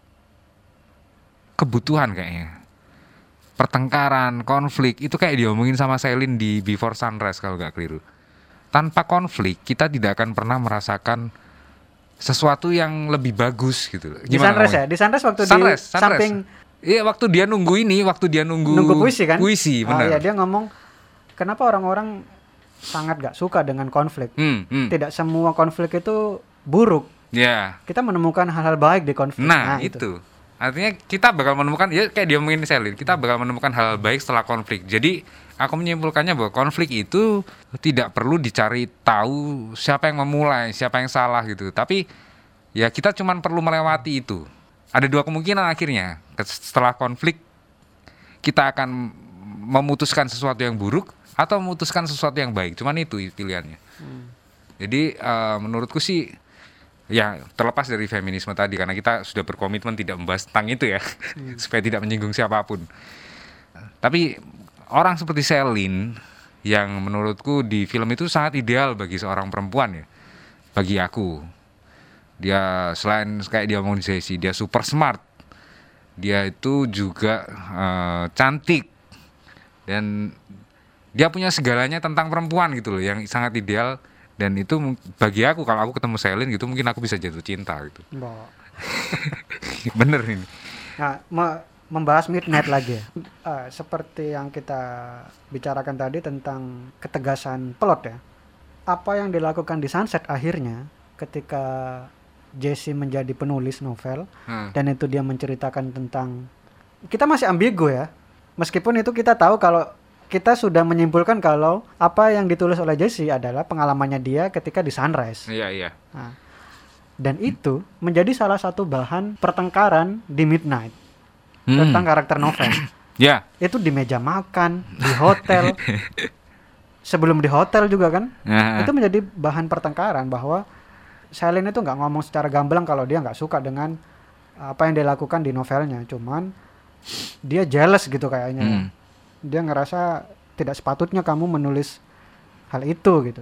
kebutuhan kayaknya. Pertengkaran, konflik itu kayak diomongin sama Celine di Before Sunrise kalau nggak keliru. Tanpa konflik kita tidak akan pernah merasakan sesuatu yang lebih bagus gitu. Di Sunrise ya? Di Sunrise waktu Sunrise. Samping. Iya, waktu dia nunggu puisi kan? Puisi, benar. Iya, dia ngomong kenapa orang-orang sangat gak suka dengan konflik. Tidak semua konflik itu buruk. Ya. Kita menemukan hal-hal baik di konflik. Nah itu. Artinya kita bakal menemukan, ya kayak dia ngomongin Celine, kita bakal menemukan hal baik setelah konflik. Jadi aku menyimpulkannya bahwa konflik itu tidak perlu dicari tahu siapa yang memulai, siapa yang salah gitu. Tapi ya kita cuma perlu melewati itu. Ada dua kemungkinan akhirnya. Setelah konflik kita akan memutuskan sesuatu yang buruk atau memutuskan sesuatu yang baik. Cuman itu pilihannya. Jadi menurutku sih ya terlepas dari feminisme tadi, karena kita sudah berkomitmen tidak membahas tentang itu ya, supaya tidak menyinggung siapapun. Tapi orang seperti Celine yang menurutku di film itu sangat ideal bagi seorang perempuan ya. Bagi aku. Dia selain kayak dia ngomong di sesi, dia super smart. Dia itu juga cantik. Dan dia punya segalanya tentang perempuan gitu loh, yang sangat ideal. Dan itu bagi aku, kalau aku ketemu Celine gitu, mungkin aku bisa jatuh cinta gitu. Bener ini. Nah, membahas Midnight lagi ya. Seperti yang kita bicarakan tadi tentang ketegasan plot ya. Apa yang dilakukan di Sunset akhirnya ketika Jesse menjadi penulis novel dan itu dia menceritakan tentang, kita masih ambigu ya. Meskipun itu kita tahu kalau kita sudah menyimpulkan kalau apa yang ditulis oleh Jesse adalah pengalamannya dia ketika di Sunrise. Iya. Nah, dan itu menjadi salah satu bahan pertengkaran di Midnight tentang karakter novel. Ya. Itu di meja makan, di hotel. Sebelum di hotel juga kan. Itu menjadi bahan pertengkaran bahwa Celine itu nggak ngomong secara gamblang kalau dia nggak suka dengan apa yang dia lakukan di novelnya. Cuman dia jealous gitu kayaknya. Dia ngerasa tidak sepatutnya kamu menulis hal itu gitu.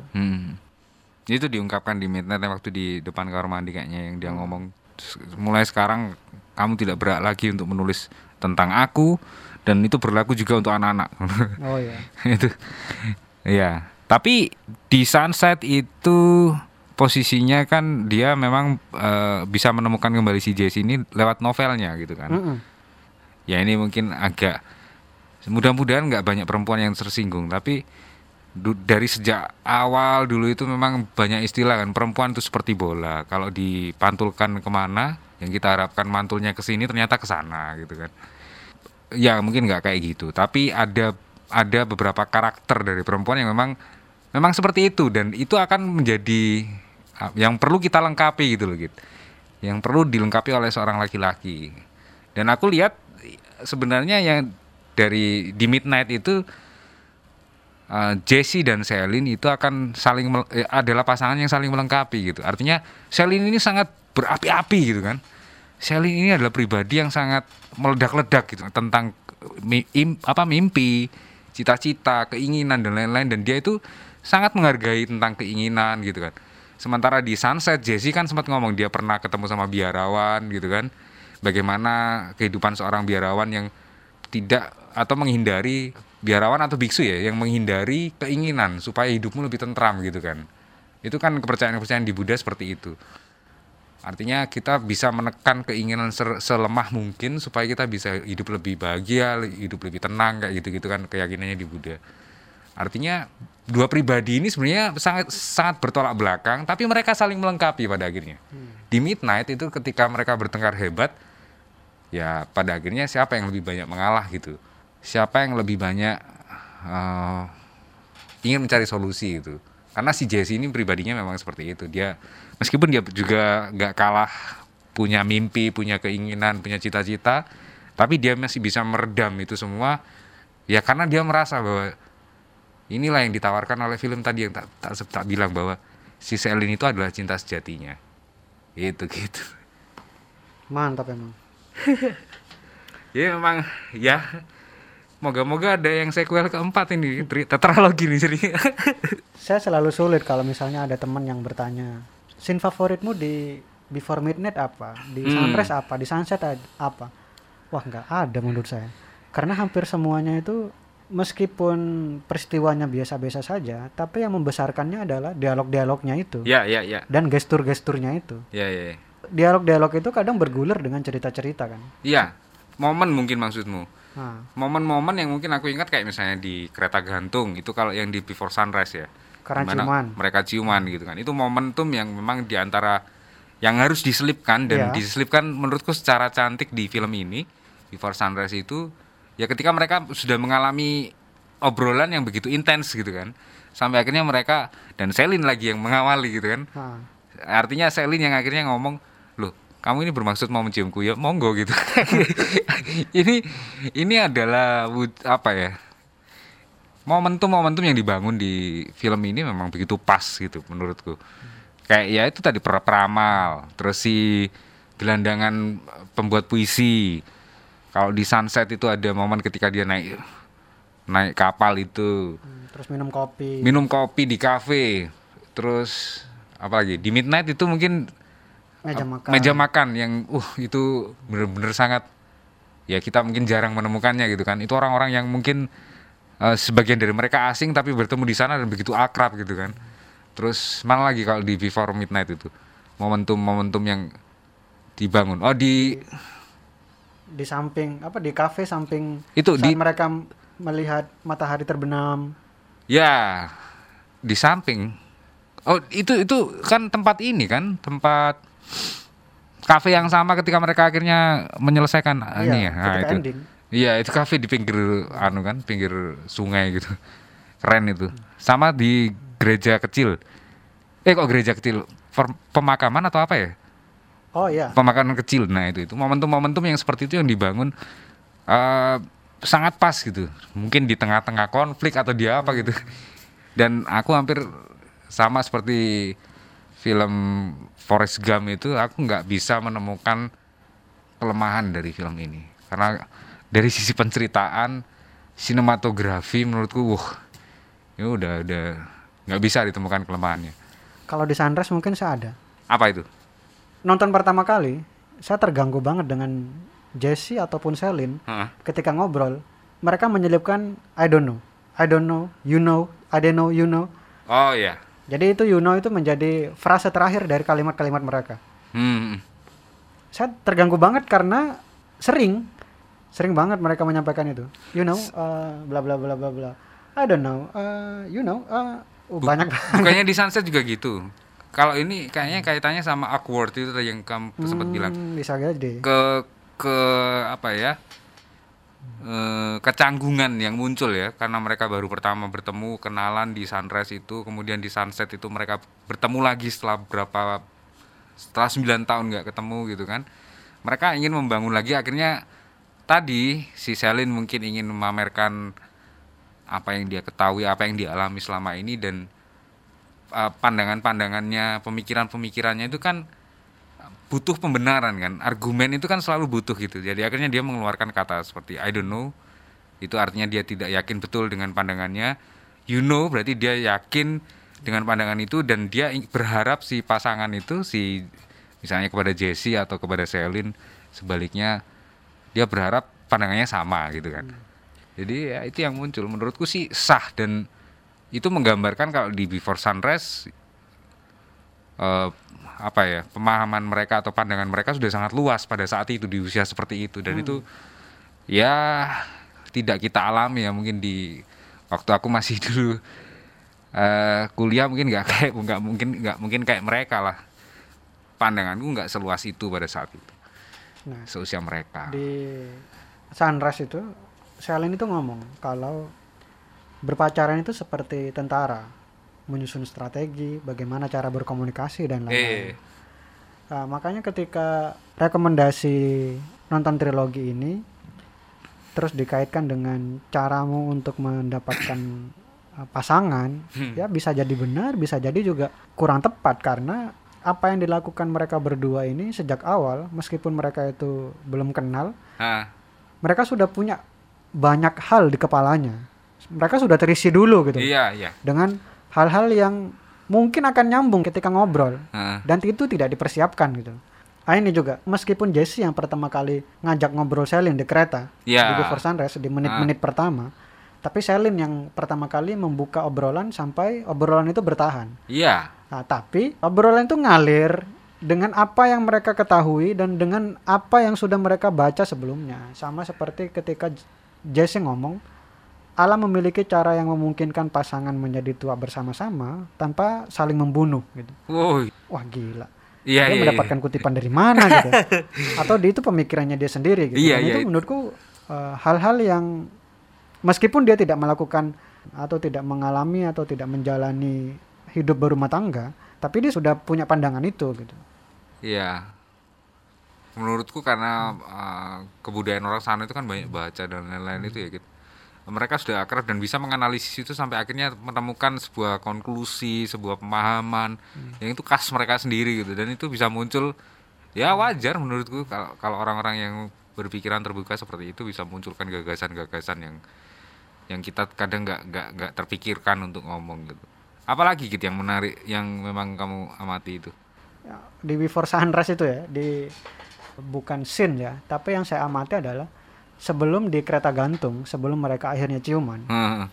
Itu diungkapkan di Midnight waktu di depan kamar mandi kayaknya, yang dia ngomong, mulai sekarang kamu tidak berhak lagi untuk menulis tentang aku, dan itu berlaku juga untuk anak-anak. Oh iya. Itu. Iya. Tapi di Sunset itu posisinya kan dia memang bisa menemukan kembali si Jesse ini lewat novelnya gitu kan. Ya ini mungkin agak, mudah-mudahan nggak banyak perempuan yang tersinggung, tapi dari sejak awal dulu itu memang banyak istilah kan, perempuan itu seperti bola, kalau dipantulkan kemana yang kita harapkan mantulnya ke sini ternyata ke sana gitu kan. Ya mungkin nggak kayak gitu, tapi ada beberapa karakter dari perempuan yang memang seperti itu, dan itu akan menjadi yang perlu kita lengkapi gitu loh gitu. Yang perlu dilengkapi oleh seorang laki-laki. Dan aku lihat sebenarnya yang dari di Midnight itu Jesse dan Celine itu akan adalah pasangan yang saling melengkapi gitu. Artinya Celine ini sangat berapi-api gitu kan. Celine ini adalah pribadi yang sangat meledak-ledak gitu tentang mimpi, cita-cita, keinginan dan lain-lain, dan dia itu sangat menghargai tentang keinginan gitu kan. Sementara di Sunset, Jesse kan sempat ngomong dia pernah ketemu sama biarawan gitu kan. Bagaimana kehidupan seorang biarawan yang tidak atau menghindari, biarawan atau biksu ya, yang menghindari keinginan supaya hidupmu lebih tentram gitu kan. Itu kan kepercayaan-kepercayaan di Buddha seperti itu. Artinya kita bisa menekan keinginan selemah mungkin supaya kita bisa hidup lebih bahagia, hidup lebih tenang kayak gitu-gitu kan keyakinannya di Buddha. Artinya dua pribadi ini sebenarnya sangat bertolak belakang, tapi mereka saling melengkapi pada akhirnya. Di Midnight itu ketika mereka bertengkar hebat, ya pada akhirnya siapa yang lebih banyak mengalah gitu. Siapa yang lebih banyak ingin mencari solusi gitu. Karena si Jesse ini pribadinya memang seperti itu. Dia meskipun dia juga nggak kalah punya mimpi, punya keinginan, punya cita-cita, tapi dia masih bisa meredam itu semua. Ya karena dia merasa bahwa inilah yang ditawarkan oleh film tadi yang tak bilang bahwa si Celine itu adalah cinta sejatinya. Itu gitu. Mantap emang. Ya memang ya. Moga-moga ada yang sequel keempat ini, tetralogi nih jadi. Saya selalu sulit kalau misalnya ada teman yang bertanya, scene favoritmu di Before Midnight apa? Di Sunrise apa? Di Sunset apa? Wah nggak ada menurut saya. Karena hampir semuanya itu meskipun peristiwanya biasa-biasa saja, tapi yang membesarkannya adalah dialog-dialognya itu. Ya. Dan gestur-gesturnya itu. Ya. Dialog-dialog itu kadang bergulir dengan cerita-cerita kan. Iya, momen mungkin maksudmu. Momen-momen yang mungkin aku ingat kayak misalnya di Kereta Gantung itu, kalau yang di Before Sunrise ya, karena ciuman, mereka ciuman gitu kan, itu momentum yang memang diantara yang harus diselipkan dan diselipkan menurutku secara cantik di film ini Before Sunrise itu ya, ketika mereka sudah mengalami obrolan yang begitu intens gitu kan, sampai akhirnya mereka, dan Celine lagi yang mengawali gitu kan. Artinya Celine yang akhirnya ngomong, loh kamu ini bermaksud mau menciumku, ya monggo gitu. ini adalah apa ya, momentum yang dibangun di film ini memang begitu pas gitu menurutku. Kayak ya itu tadi peramal, terus si gelandangan pembuat puisi. Kalau di Sunset itu ada momen ketika dia naik naik kapal itu, Terus minum kopi di kafe, terus apa lagi di midnight itu mungkin meja makan yang itu bener-bener sangat, ya kita mungkin jarang menemukannya gitu kan. Itu orang-orang yang mungkin sebagian dari mereka asing tapi bertemu di sana dan begitu akrab gitu kan. Terus mana lagi kalau di Before Midnight itu momentum-momentum yang dibangun. Di samping di kafe samping itu saat mereka melihat matahari terbenam. Ya, di samping. Itu kan tempat ini kan, tempat kafe yang sama ketika mereka akhirnya menyelesaikan ini ya. Nah, itu. Ending. Iya, itu kafe di pinggir pinggir sungai gitu. Keren itu. Sama di gereja kecil. Kok gereja kecil? Pemakaman atau apa ya? Oh iya. Pemakaman kecil. Nah, itu momentum-momentum yang seperti itu yang dibangun sangat pas gitu. Mungkin di tengah-tengah konflik atau dia apa gitu. Dan aku hampir sama seperti film Forrest Gump itu, aku nggak bisa menemukan kelemahan dari film ini. Karena dari sisi penceritaan, sinematografi menurutku, ini udah nggak bisa ditemukan kelemahannya. Kalau di Sunrise mungkin saya ada. Apa itu? Nonton pertama kali, saya terganggu banget dengan Jesse ataupun Celine ketika ngobrol. Mereka menyelipkan I don't know, you know, I don't know, you know. Oh iya. Jadi itu you know itu menjadi frase terakhir dari kalimat-kalimat mereka. Saya terganggu banget karena sering banget mereka menyampaikan itu. You know, bla bla bla bla bla. I don't know, you know, banyak. Bukannya di Sunset juga gitu. Kalau ini kayaknya kaitannya sama awkward itu yang kamu sempat bilang. Bisa jadi. Ke apa ya? Kecanggungan yang muncul ya, karena mereka baru pertama bertemu, kenalan di Sunrise itu, kemudian di Sunset itu mereka bertemu lagi setelah 9 tahun nggak ketemu gitu kan. Mereka ingin membangun lagi, akhirnya tadi si Celine mungkin ingin memamerkan apa yang dia ketahui, apa yang dia alami selama ini, dan pandangan-pandangannya, pemikiran-pemikirannya itu kan butuh pembenaran kan, argumen itu kan selalu butuh gitu. Jadi akhirnya dia mengeluarkan kata seperti I don't know, itu artinya dia tidak yakin betul dengan pandangannya. You know berarti dia yakin dengan pandangan itu, dan dia berharap si pasangan itu, si misalnya kepada Jesse atau kepada Celine sebaliknya, dia berharap pandangannya sama gitu kan. Jadi ya itu yang muncul, menurutku sih sah, dan itu menggambarkan kalau di Before Sunrise pemahaman mereka atau pandangan mereka sudah sangat luas pada saat itu, di usia seperti itu, dan itu ya tidak kita alami ya, mungkin di waktu aku masih dulu kuliah mungkin nggak mungkin kayak mereka lah, pandanganku nggak seluas itu pada saat itu. Nah, seusia mereka. Di Sunrise itu Celine itu ngomong kalau berpacaran itu seperti tentara, menyusun strategi, bagaimana cara berkomunikasi dan lain-lain. Nah, makanya ketika rekomendasi nonton trilogi ini terus dikaitkan dengan caramu untuk mendapatkan pasangan, ya bisa jadi benar, bisa jadi juga kurang tepat, karena apa yang dilakukan mereka berdua ini sejak awal, meskipun mereka itu belum kenal, mereka sudah punya banyak hal di kepalanya. Mereka sudah terisi dulu gitu. Iya. Dengan hal-hal yang mungkin akan nyambung ketika ngobrol, dan itu tidak dipersiapkan gitu. Ini juga meskipun Jesse yang pertama kali ngajak ngobrol Celine di kereta di Before Sunrise di menit-menit pertama, tapi Celine yang pertama kali membuka obrolan sampai obrolan itu bertahan. Iya. Nah, tapi obrolan itu ngalir dengan apa yang mereka ketahui dan dengan apa yang sudah mereka baca sebelumnya. Sama seperti ketika Jesse ngomong, Allah memiliki cara yang memungkinkan pasangan menjadi tua bersama-sama tanpa saling membunuh gitu. Wah gila. Dia mendapatkan kutipan dari mana gitu. Atau itu pemikirannya dia sendiri gitu. Dan itu menurutku hal-hal yang meskipun dia tidak melakukan atau tidak mengalami atau tidak menjalani hidup berumah tangga, tapi dia sudah punya pandangan itu gitu. Iya. Menurutku karena kebudayaan orang sana itu kan banyak baca dan lain-lain itu ya gitu. Mereka sudah akrab dan bisa menganalisis itu sampai akhirnya menemukan sebuah konklusi, sebuah pemahaman yang itu khas mereka sendiri gitu, dan itu bisa muncul, ya wajar menurutku kalau orang-orang yang berpikiran terbuka seperti itu bisa munculkan gagasan-gagasan yang kita kadang nggak terpikirkan untuk ngomong gitu. Apalagi gitu yang menarik yang memang kamu amati itu? Ya, di Before Sunrise itu ya, bukan scene ya, tapi yang saya amati adalah sebelum di kereta gantung, sebelum mereka akhirnya ciuman,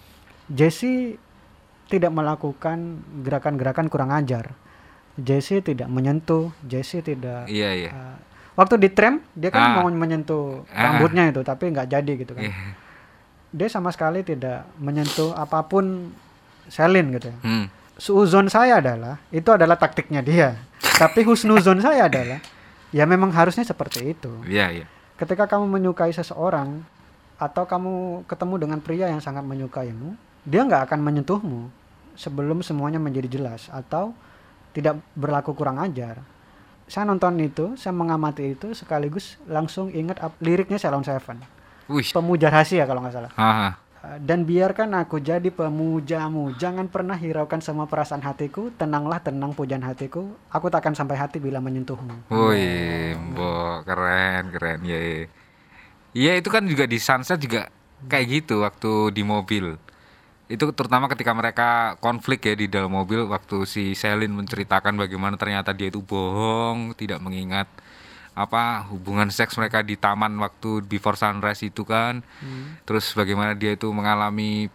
Jesse tidak melakukan gerakan-gerakan kurang ajar. Jesse tidak menyentuh, Jesse tidak. Waktu di tram dia kan mau menyentuh rambutnya itu, tapi nggak jadi gitu kan. Dia sama sekali tidak menyentuh apapun Celine gitu ya. Suuzon saya adalah itu adalah taktiknya dia. Tapi husnuzon saya adalah ya memang harusnya seperti itu. Ketika kamu menyukai seseorang atau kamu ketemu dengan pria yang sangat menyukaimu, dia nggak akan menyentuhmu sebelum semuanya menjadi jelas atau tidak berlaku kurang ajar. Saya nonton itu, saya mengamati itu sekaligus langsung ingat liriknya Ceylon Seven. Pemuja rahasia kalau nggak salah. Dan biarkan aku jadi pemujamu, jangan pernah hiraukan semua perasaan hatiku, tenanglah tenang pujaan hatiku, aku takkan sampai hati bila menyentuhmu. Mbok keren ya. Iya itu kan juga di Sunset juga kayak gitu waktu di mobil. Itu terutama ketika mereka konflik ya di dalam mobil, waktu si Celine menceritakan bagaimana ternyata dia itu bohong, tidak mengingat hubungan seks mereka di taman waktu Before Sunrise itu kan. Terus bagaimana dia itu mengalami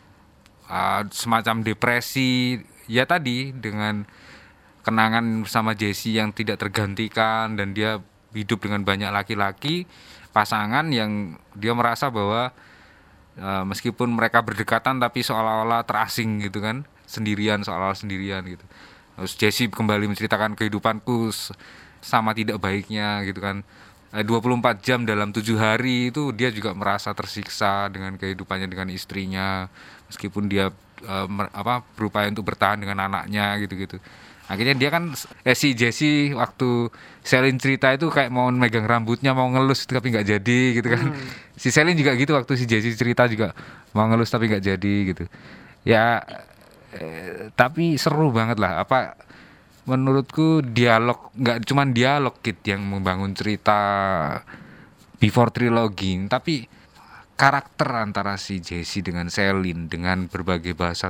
semacam depresi ya tadi dengan kenangan bersama Jesse yang tidak tergantikan, dan dia hidup dengan banyak laki-laki pasangan yang dia merasa bahwa meskipun mereka berdekatan tapi seolah-olah terasing gitu kan, seolah-olah sendirian gitu. Terus Jesse kembali menceritakan kehidupanku sama tidak baiknya gitu kan. 24 jam dalam 7 hari itu dia juga merasa tersiksa dengan kehidupannya dengan istrinya, meskipun dia berupaya untuk bertahan dengan anaknya gitu-gitu. Akhirnya dia kan si Jesse waktu Celine cerita itu kayak mau megang rambutnya, mau ngelus tapi nggak jadi gitu kan. Si Celine juga gitu waktu si Jesse cerita juga mau ngelus tapi nggak jadi gitu. Ya tapi seru banget lah. Menurutku dialog, nggak cuman dialog yang membangun cerita Before Trilogy, tapi karakter antara si Jesse dengan Celine dengan berbagai bahasa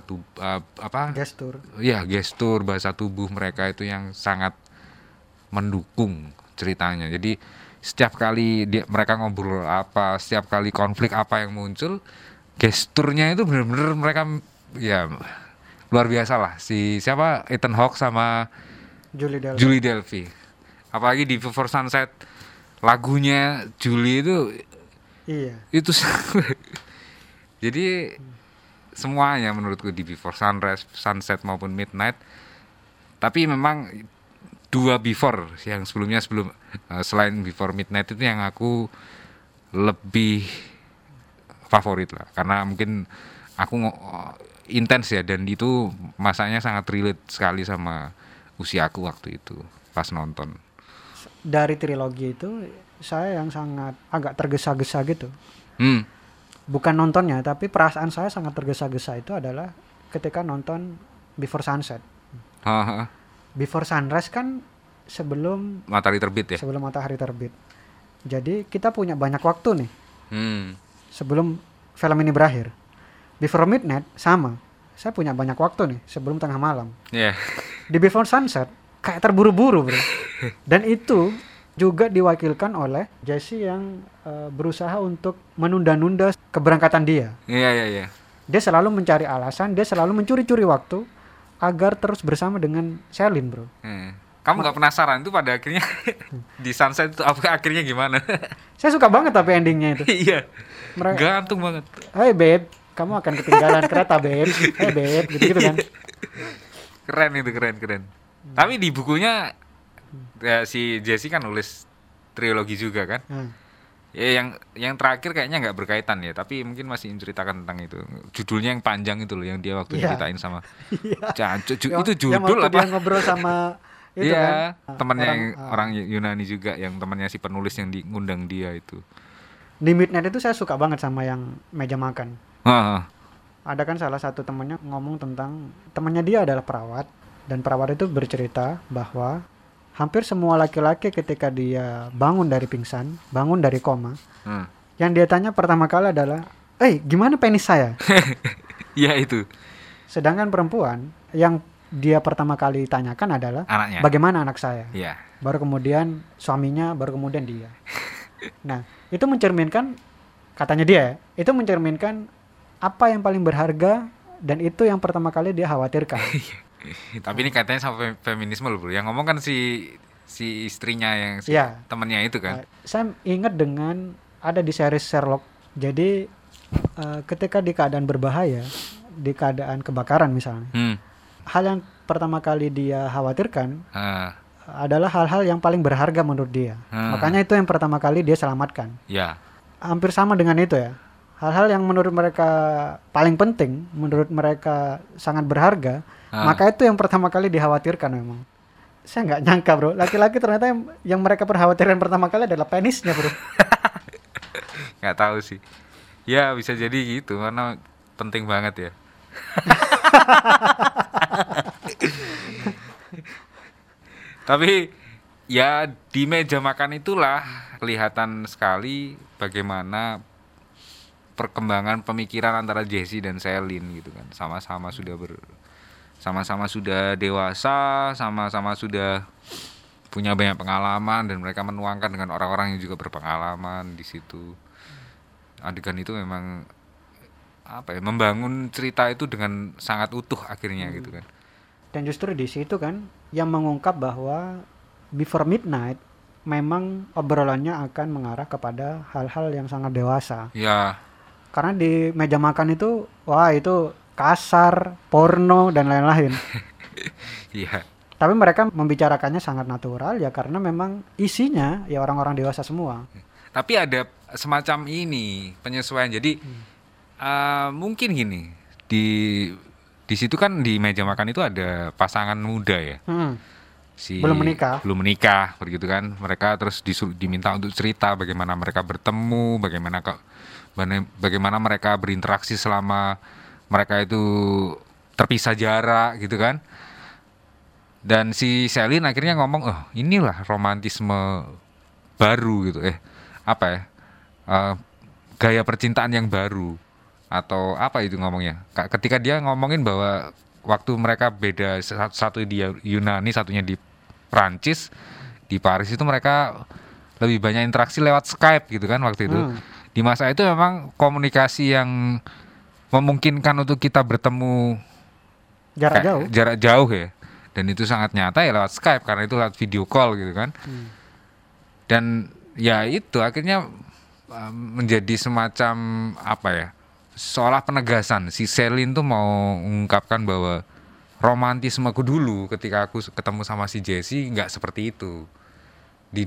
gestur bahasa tubuh mereka itu yang sangat mendukung ceritanya. Jadi setiap kali mereka ngobrol setiap kali konflik apa yang muncul, gesturnya itu benar-benar mereka ya luar biasa lah. Siapa Ethan Hawke sama Julie Delpy. Apalagi di Before Sunset lagunya Julie itu itu jadi semuanya menurutku di Before Sunrise, Sunset maupun Midnight. Tapi memang dua Before yang sebelum selain Before Midnight itu yang aku lebih favorit lah, karena mungkin aku intens ya, dan itu masanya sangat relate sekali sama usiaku waktu itu pas nonton. Dari trilogi itu saya yang sangat agak tergesa-gesa gitu. Bukan nontonnya, tapi perasaan saya sangat tergesa-gesa itu adalah ketika nonton Before Sunset. Before Sunrise kan sebelum matahari terbit ya? Sebelum matahari terbit. Jadi kita punya banyak waktu nih sebelum film ini berakhir. Before Midnight sama, saya punya banyak waktu nih sebelum tengah malam. Di Before Sunset kayak terburu-buru bro. Dan itu juga diwakilkan oleh Jesse yang berusaha untuk menunda-nunda keberangkatan dia. Dia selalu mencari alasan, dia selalu mencuri-curi waktu agar terus bersama dengan Celine bro. Kamu nggak penasaran itu pada akhirnya di Sunset itu akhirnya gimana? Saya suka banget tapi endingnya itu. Gantung banget. Hey babe, kamu akan ketinggalan kereta babe. Hey babe, gitu kan. Keren itu, keren. Tapi di bukunya ya, si Jesse kan nulis trilogi juga kan. Ya yang terakhir kayaknya nggak berkaitan ya, tapi mungkin masih menceritakan tentang itu. Judulnya yang panjang itu loh, yang dia waktu ceritain sama itu judul apa? Dia ngobrol sama itu kan. Temannya orang Yunani juga, yang temannya si penulis yang ngundang dia itu. Di Midnight itu saya suka banget sama yang meja makan. Ada kan salah satu temannya ngomong tentang temannya dia adalah perawat, dan perawat itu bercerita bahwa hampir semua laki-laki ketika dia bangun dari pingsan, bangun dari koma, yang dia tanya pertama kali adalah, gimana penis saya? Ya itu Sedangkan perempuan yang dia pertama kali tanyakan adalah anaknya. bagaimana anak saya. Ya. Baru kemudian suaminya, baru kemudian dia. Nah, itu mencerminkan, katanya dia ya, itu mencerminkan apa yang paling berharga dan itu yang pertama kali dia khawatirkan. Tapi ini katanya sama feminisme loh bro. Yang ngomong kan si istrinya yang Ya. temannya itu kan. Saya ingat dengan ada di series Sherlock. Jadi ketika di keadaan berbahaya, di keadaan kebakaran misalnya, hal yang pertama kali dia khawatirkan adalah hal-hal yang paling berharga menurut dia. Makanya itu yang pertama kali dia selamatkan. Ya. Hampir sama dengan itu ya. Hal-hal yang menurut mereka paling penting, menurut mereka sangat berharga, maka itu yang pertama kali dikhawatirkan memang. Saya nggak nyangka bro, laki-laki ternyata yang mereka perkhawatirkan pertama kali adalah penisnya bro. Nggak tahu sih. Ya bisa jadi gitu, karena penting banget ya. Tapi ya di meja makan itulah kelihatan sekali bagaimana perkembangan pemikiran antara Jesse dan Celine gitu kan. Sama-sama sudah dewasa, sama-sama sudah punya banyak pengalaman dan mereka menuangkan dengan orang-orang yang juga berpengalaman di situ. Adegan itu memang membangun cerita itu dengan sangat utuh akhirnya gitu kan. Dan justru di situ kan yang mengungkap bahwa Before Midnight memang obrolannya akan mengarah kepada hal-hal yang sangat dewasa. Ya. Karena di meja makan itu, wah itu kasar, porno dan lain-lain. Iya. Tapi mereka membicarakannya sangat natural ya karena memang isinya ya orang-orang dewasa semua. Tapi ada semacam ini penyesuaian. Jadi mungkin gini di situ kan di meja makan itu ada pasangan muda ya. Belum menikah begitu kan. Mereka terus diminta untuk cerita bagaimana mereka bertemu, bagaimana mereka berinteraksi selama mereka itu terpisah jarak gitu kan. Dan si Celine akhirnya ngomong, inilah romantisme baru gitu, gaya percintaan yang baru atau apa itu ngomongnya. Ketika dia ngomongin bahwa waktu mereka beda, satu di Yunani, satunya di Prancis, di Paris itu mereka lebih banyak interaksi lewat Skype gitu kan waktu itu. Di masa itu memang komunikasi yang memungkinkan untuk kita bertemu jarak jauh ya. Dan itu sangat nyata ya lewat Skype karena itu lewat video call gitu kan. Dan ya itu akhirnya menjadi semacam seolah penegasan si Celine tuh mau mengungkapkan bahwa romantismeku dulu ketika aku ketemu sama si Jesse nggak seperti itu. Di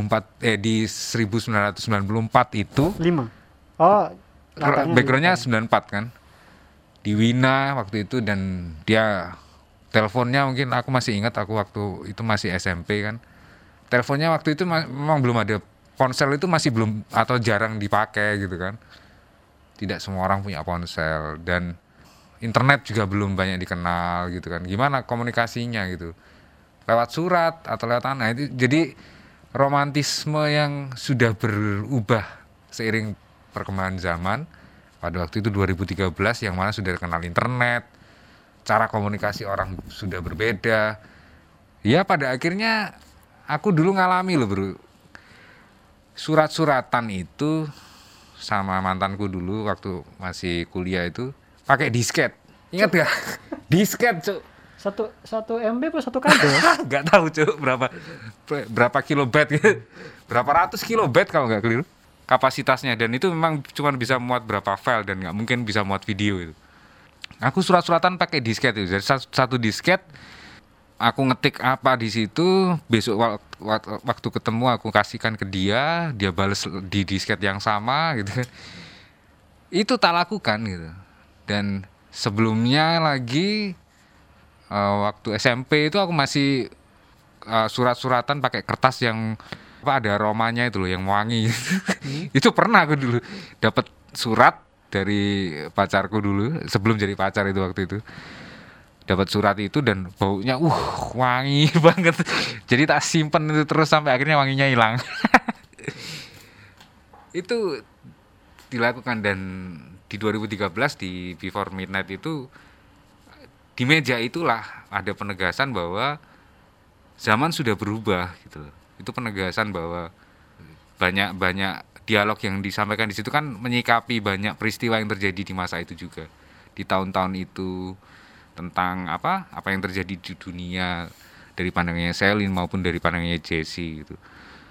1994 itu 5. Oh, backgroundnya 94 kan. Di Wina waktu itu dan dia teleponnya mungkin aku masih ingat, aku waktu itu masih SMP kan. Teleponnya waktu itu memang belum ada, ponsel itu masih belum atau jarang dipakai gitu kan. Tidak semua orang punya ponsel dan internet juga belum banyak dikenal gitu kan. Gimana komunikasinya gitu? Lewat surat atau lewat itu. Jadi romantisme yang sudah berubah seiring perkembangan zaman. Pada waktu itu 2013 yang mana sudah kenal internet. Cara komunikasi orang sudah berbeda. Ya pada akhirnya aku dulu ngalami loh bro. Surat-suratan itu sama mantanku dulu waktu masih kuliah itu pakai disket. Ingat gak? Disket cuk. 1 MB apa 1 KB? Gak tahu cuk berapa kilobyte gitu. Berapa ratus kilobyte kalau nggak keliru kapasitasnya, dan itu memang cuma bisa muat berapa file dan nggak mungkin bisa muat video itu. Aku surat-suratan pakai disket itu. Jadi satu disket aku ngetik apa di situ, besok waktu ketemu aku kasihkan ke dia balas di disket yang sama gitu. Itu tak lakukan gitu. Dan sebelumnya lagi waktu SMP itu aku masih surat-suratan pakai kertas yang ada aromanya itu loh, yang wangi. Itu pernah aku dulu dapat surat dari pacarku dulu sebelum jadi pacar itu, waktu itu dapat surat itu dan baunya wangi banget. Jadi tak simpen itu terus sampai akhirnya wanginya hilang. Itu dilakukan dan di 2013 di Before Midnight itu, di meja itulah ada penegasan bahwa zaman sudah berubah gitu loh. Itu penegasan bahwa banyak dialog yang disampaikan di situ kan menyikapi banyak peristiwa yang terjadi di masa itu juga, di tahun-tahun itu, tentang apa yang terjadi di dunia dari pandangannya Celine maupun dari pandangannya Jesse gitu.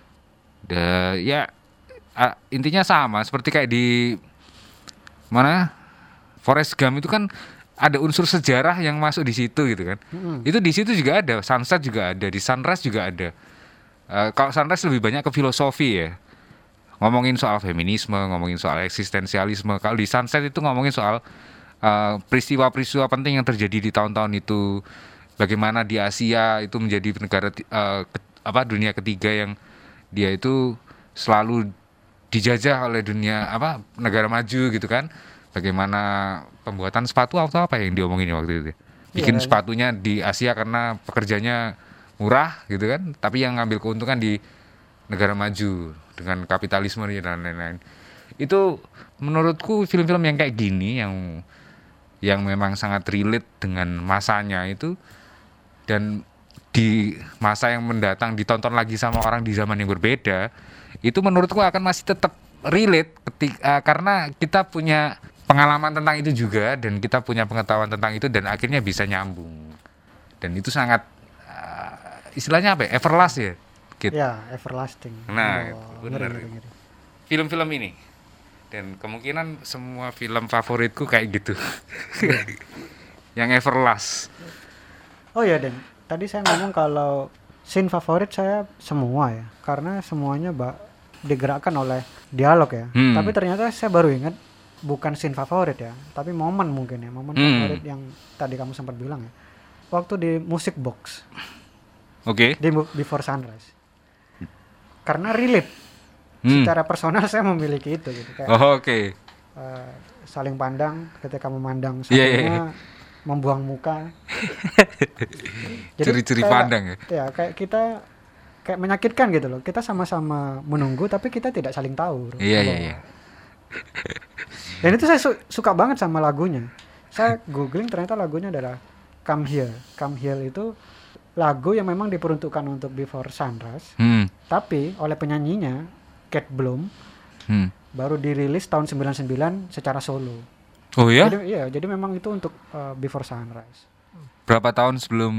Dan ya intinya sama seperti kayak di mana Forrest Gump itu kan ada unsur sejarah yang masuk di situ gitu kan. Itu di situ juga ada, Sunset juga ada, di Sunrise juga ada. Kalau Sunrise lebih banyak ke filosofi ya, ngomongin soal feminisme, ngomongin soal eksistensialisme. Kalau di Sunset itu ngomongin soal peristiwa-peristiwa penting yang terjadi di tahun-tahun itu, bagaimana di Asia itu menjadi negara dunia ketiga yang dia itu selalu dijajah oleh dunia negara maju gitu kan. Bagaimana pembuatan sepatu atau apa yang diomongin waktu itu, bikin sepatunya di Asia karena pekerjanya murah gitu kan, tapi yang ngambil keuntungan di negara maju dengan kapitalisme dan lain-lain. Itu menurutku film-film yang kayak gini yang memang sangat relate dengan masanya itu, dan di masa yang mendatang ditonton lagi sama orang di zaman yang berbeda, itu menurutku akan masih tetap relate karena kita punya pengalaman tentang itu juga, dan kita punya pengetahuan tentang itu, dan akhirnya bisa nyambung. Dan itu sangat istilahnya apa ya, everlast ya gitu. Ya, everlasting. Nah, benar. Film-film ini, dan kemungkinan semua film favoritku kayak gitu. Yang everlast. Oh ya, Den, tadi saya ngomong kalau scene favorit saya semua ya, karena semuanya digerakkan oleh dialog ya. Tapi ternyata saya baru ingat bukan scene favorit ya, tapi momen mungkin ya, momen favorit yang tadi kamu sempat bilang ya, waktu di Music Box. Oke. Di Before Sunrise. Karena relate. Secara personal saya memiliki itu gitu kayak. Oke. Saling pandang, ketika memandang satunya membuang muka. Curi-curi pandang ya. Ya, kayak kita kayak menyakitkan gitu loh. Kita sama-sama menunggu tapi kita tidak saling tahu. Iya. Dan itu saya suka banget sama lagunya. Saya googling ternyata lagunya adalah Come Here. Come Here itu lagu yang memang diperuntukkan untuk Before Sunrise. Tapi oleh penyanyinya Cat Bloom baru dirilis tahun 99 secara solo. Oh ya? Jadi memang itu untuk Before Sunrise. Berapa tahun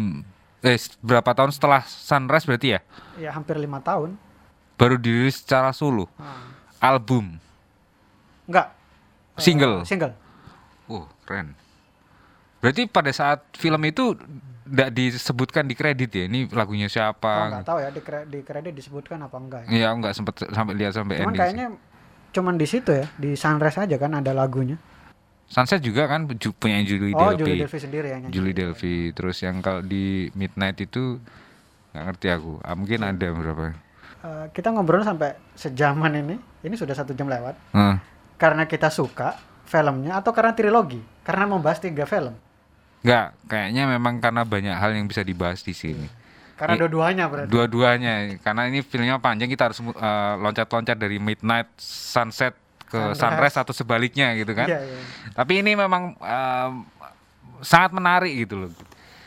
setelah Sunrise berarti ya? Ya hampir 5 tahun. Baru dirilis secara solo. Album? Enggak. Single. Oh, keren. Berarti pada saat film itu enggak disebutkan di kredit ya, ini lagunya siapa? Enggak tahu ya di kredit disebutkan apa enggak ya. Iya, enggak sempat sampai lihat sampai cuman ending. Kayaknya cuman di situ ya, di Sunrise aja kan ada lagunya. Sunset juga kan punya Julie Delpy. Julie Delpy sendiri ya nyanyi. Julie Delpy. Terus yang kalau di Midnight itu enggak ngerti aku. Mungkin ada beberapa. Kita ngobrol sampai sejaman ini sudah 1 jam lewat. Karena kita suka filmnya atau karena trilogi? Karena membahas 3 film? Enggak, kayaknya memang karena banyak hal yang bisa dibahas di sini. Karena dua-duanya berarti. Dua-duanya, karena ini filmnya panjang, kita harus loncat-loncat dari Midnight, Sunset ke Sunrise atau sebaliknya gitu kan. Iya. Tapi ini memang sangat menarik gitu loh.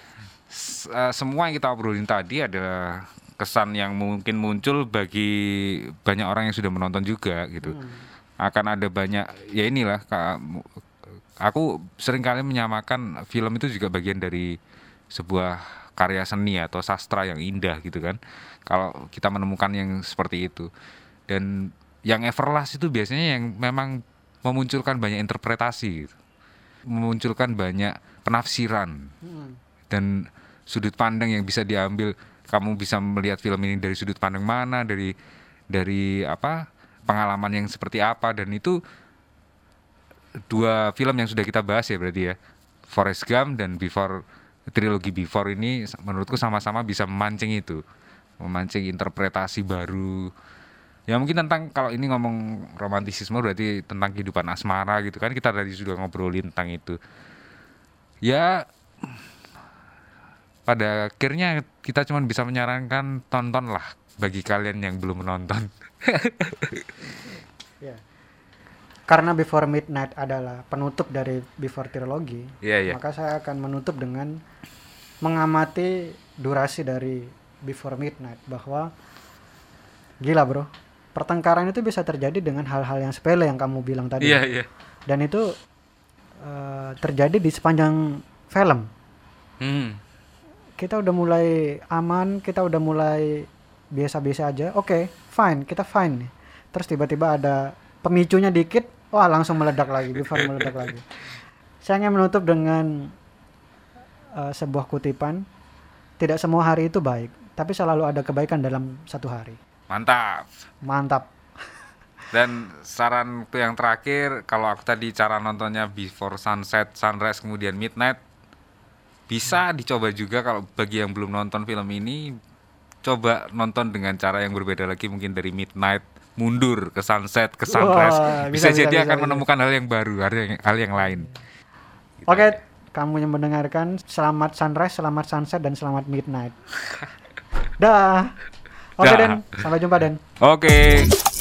Semua yang kita obrolin tadi adalah kesan yang mungkin muncul bagi banyak orang yang sudah menonton juga gitu. Akan ada banyak, ya inilah, aku seringkali menyamakan film itu juga bagian dari sebuah karya seni atau sastra yang indah gitu kan. Kalau kita menemukan yang seperti itu. Dan yang everlast itu biasanya yang memang memunculkan banyak interpretasi gitu. Memunculkan banyak penafsiran. Dan sudut pandang yang bisa diambil. Kamu bisa melihat film ini dari sudut pandang mana, dari pengalaman yang seperti apa, dan itu 2 film yang sudah kita bahas ya berarti ya. Forrest Gump dan trilogi Before ini menurutku sama-sama bisa memancing interpretasi baru. Ya mungkin tentang, kalau ini ngomong romantisisme berarti tentang kehidupan asmara gitu kan, kita tadi sudah ngobrolin tentang itu. Ya pada akhirnya kita cuma bisa menyarankan tontonlah bagi kalian yang belum menonton. Ya. karena Before Midnight adalah penutup dari Before Trilogy, Iya. maka saya akan menutup dengan mengamati durasi dari Before Midnight, bahwa gila bro, pertengkaran itu bisa terjadi dengan hal-hal yang sepele yang kamu bilang tadi. Iya. Dan itu terjadi di sepanjang film. Kita udah mulai aman, kita udah mulai biasa-biasa aja. Oke, fine, kita fine nih. Terus tiba-tiba ada pemicunya dikit, wah langsung meledak lagi, Before meledak lagi. Saya ingin menutup dengan sebuah kutipan, tidak semua hari itu baik, tapi selalu ada kebaikan dalam satu hari. Mantap. Dan saranku yang terakhir, kalau aku tadi cara nontonnya Before Sunset, Sunrise, kemudian Midnight, bisa dicoba juga kalau bagi yang belum nonton film ini, coba nonton dengan cara yang berbeda lagi, mungkin dari Midnight mundur ke Sunset, ke Sunrise. Wah, bisa jadi akan menemukan hal yang baru, hal yang lain. Gitu Oke, aja. kamu yang mendengarkan, selamat Sunrise, selamat Sunset, dan selamat Midnight. Dah. Oke, Den. Sampai jumpa, Den. Oke.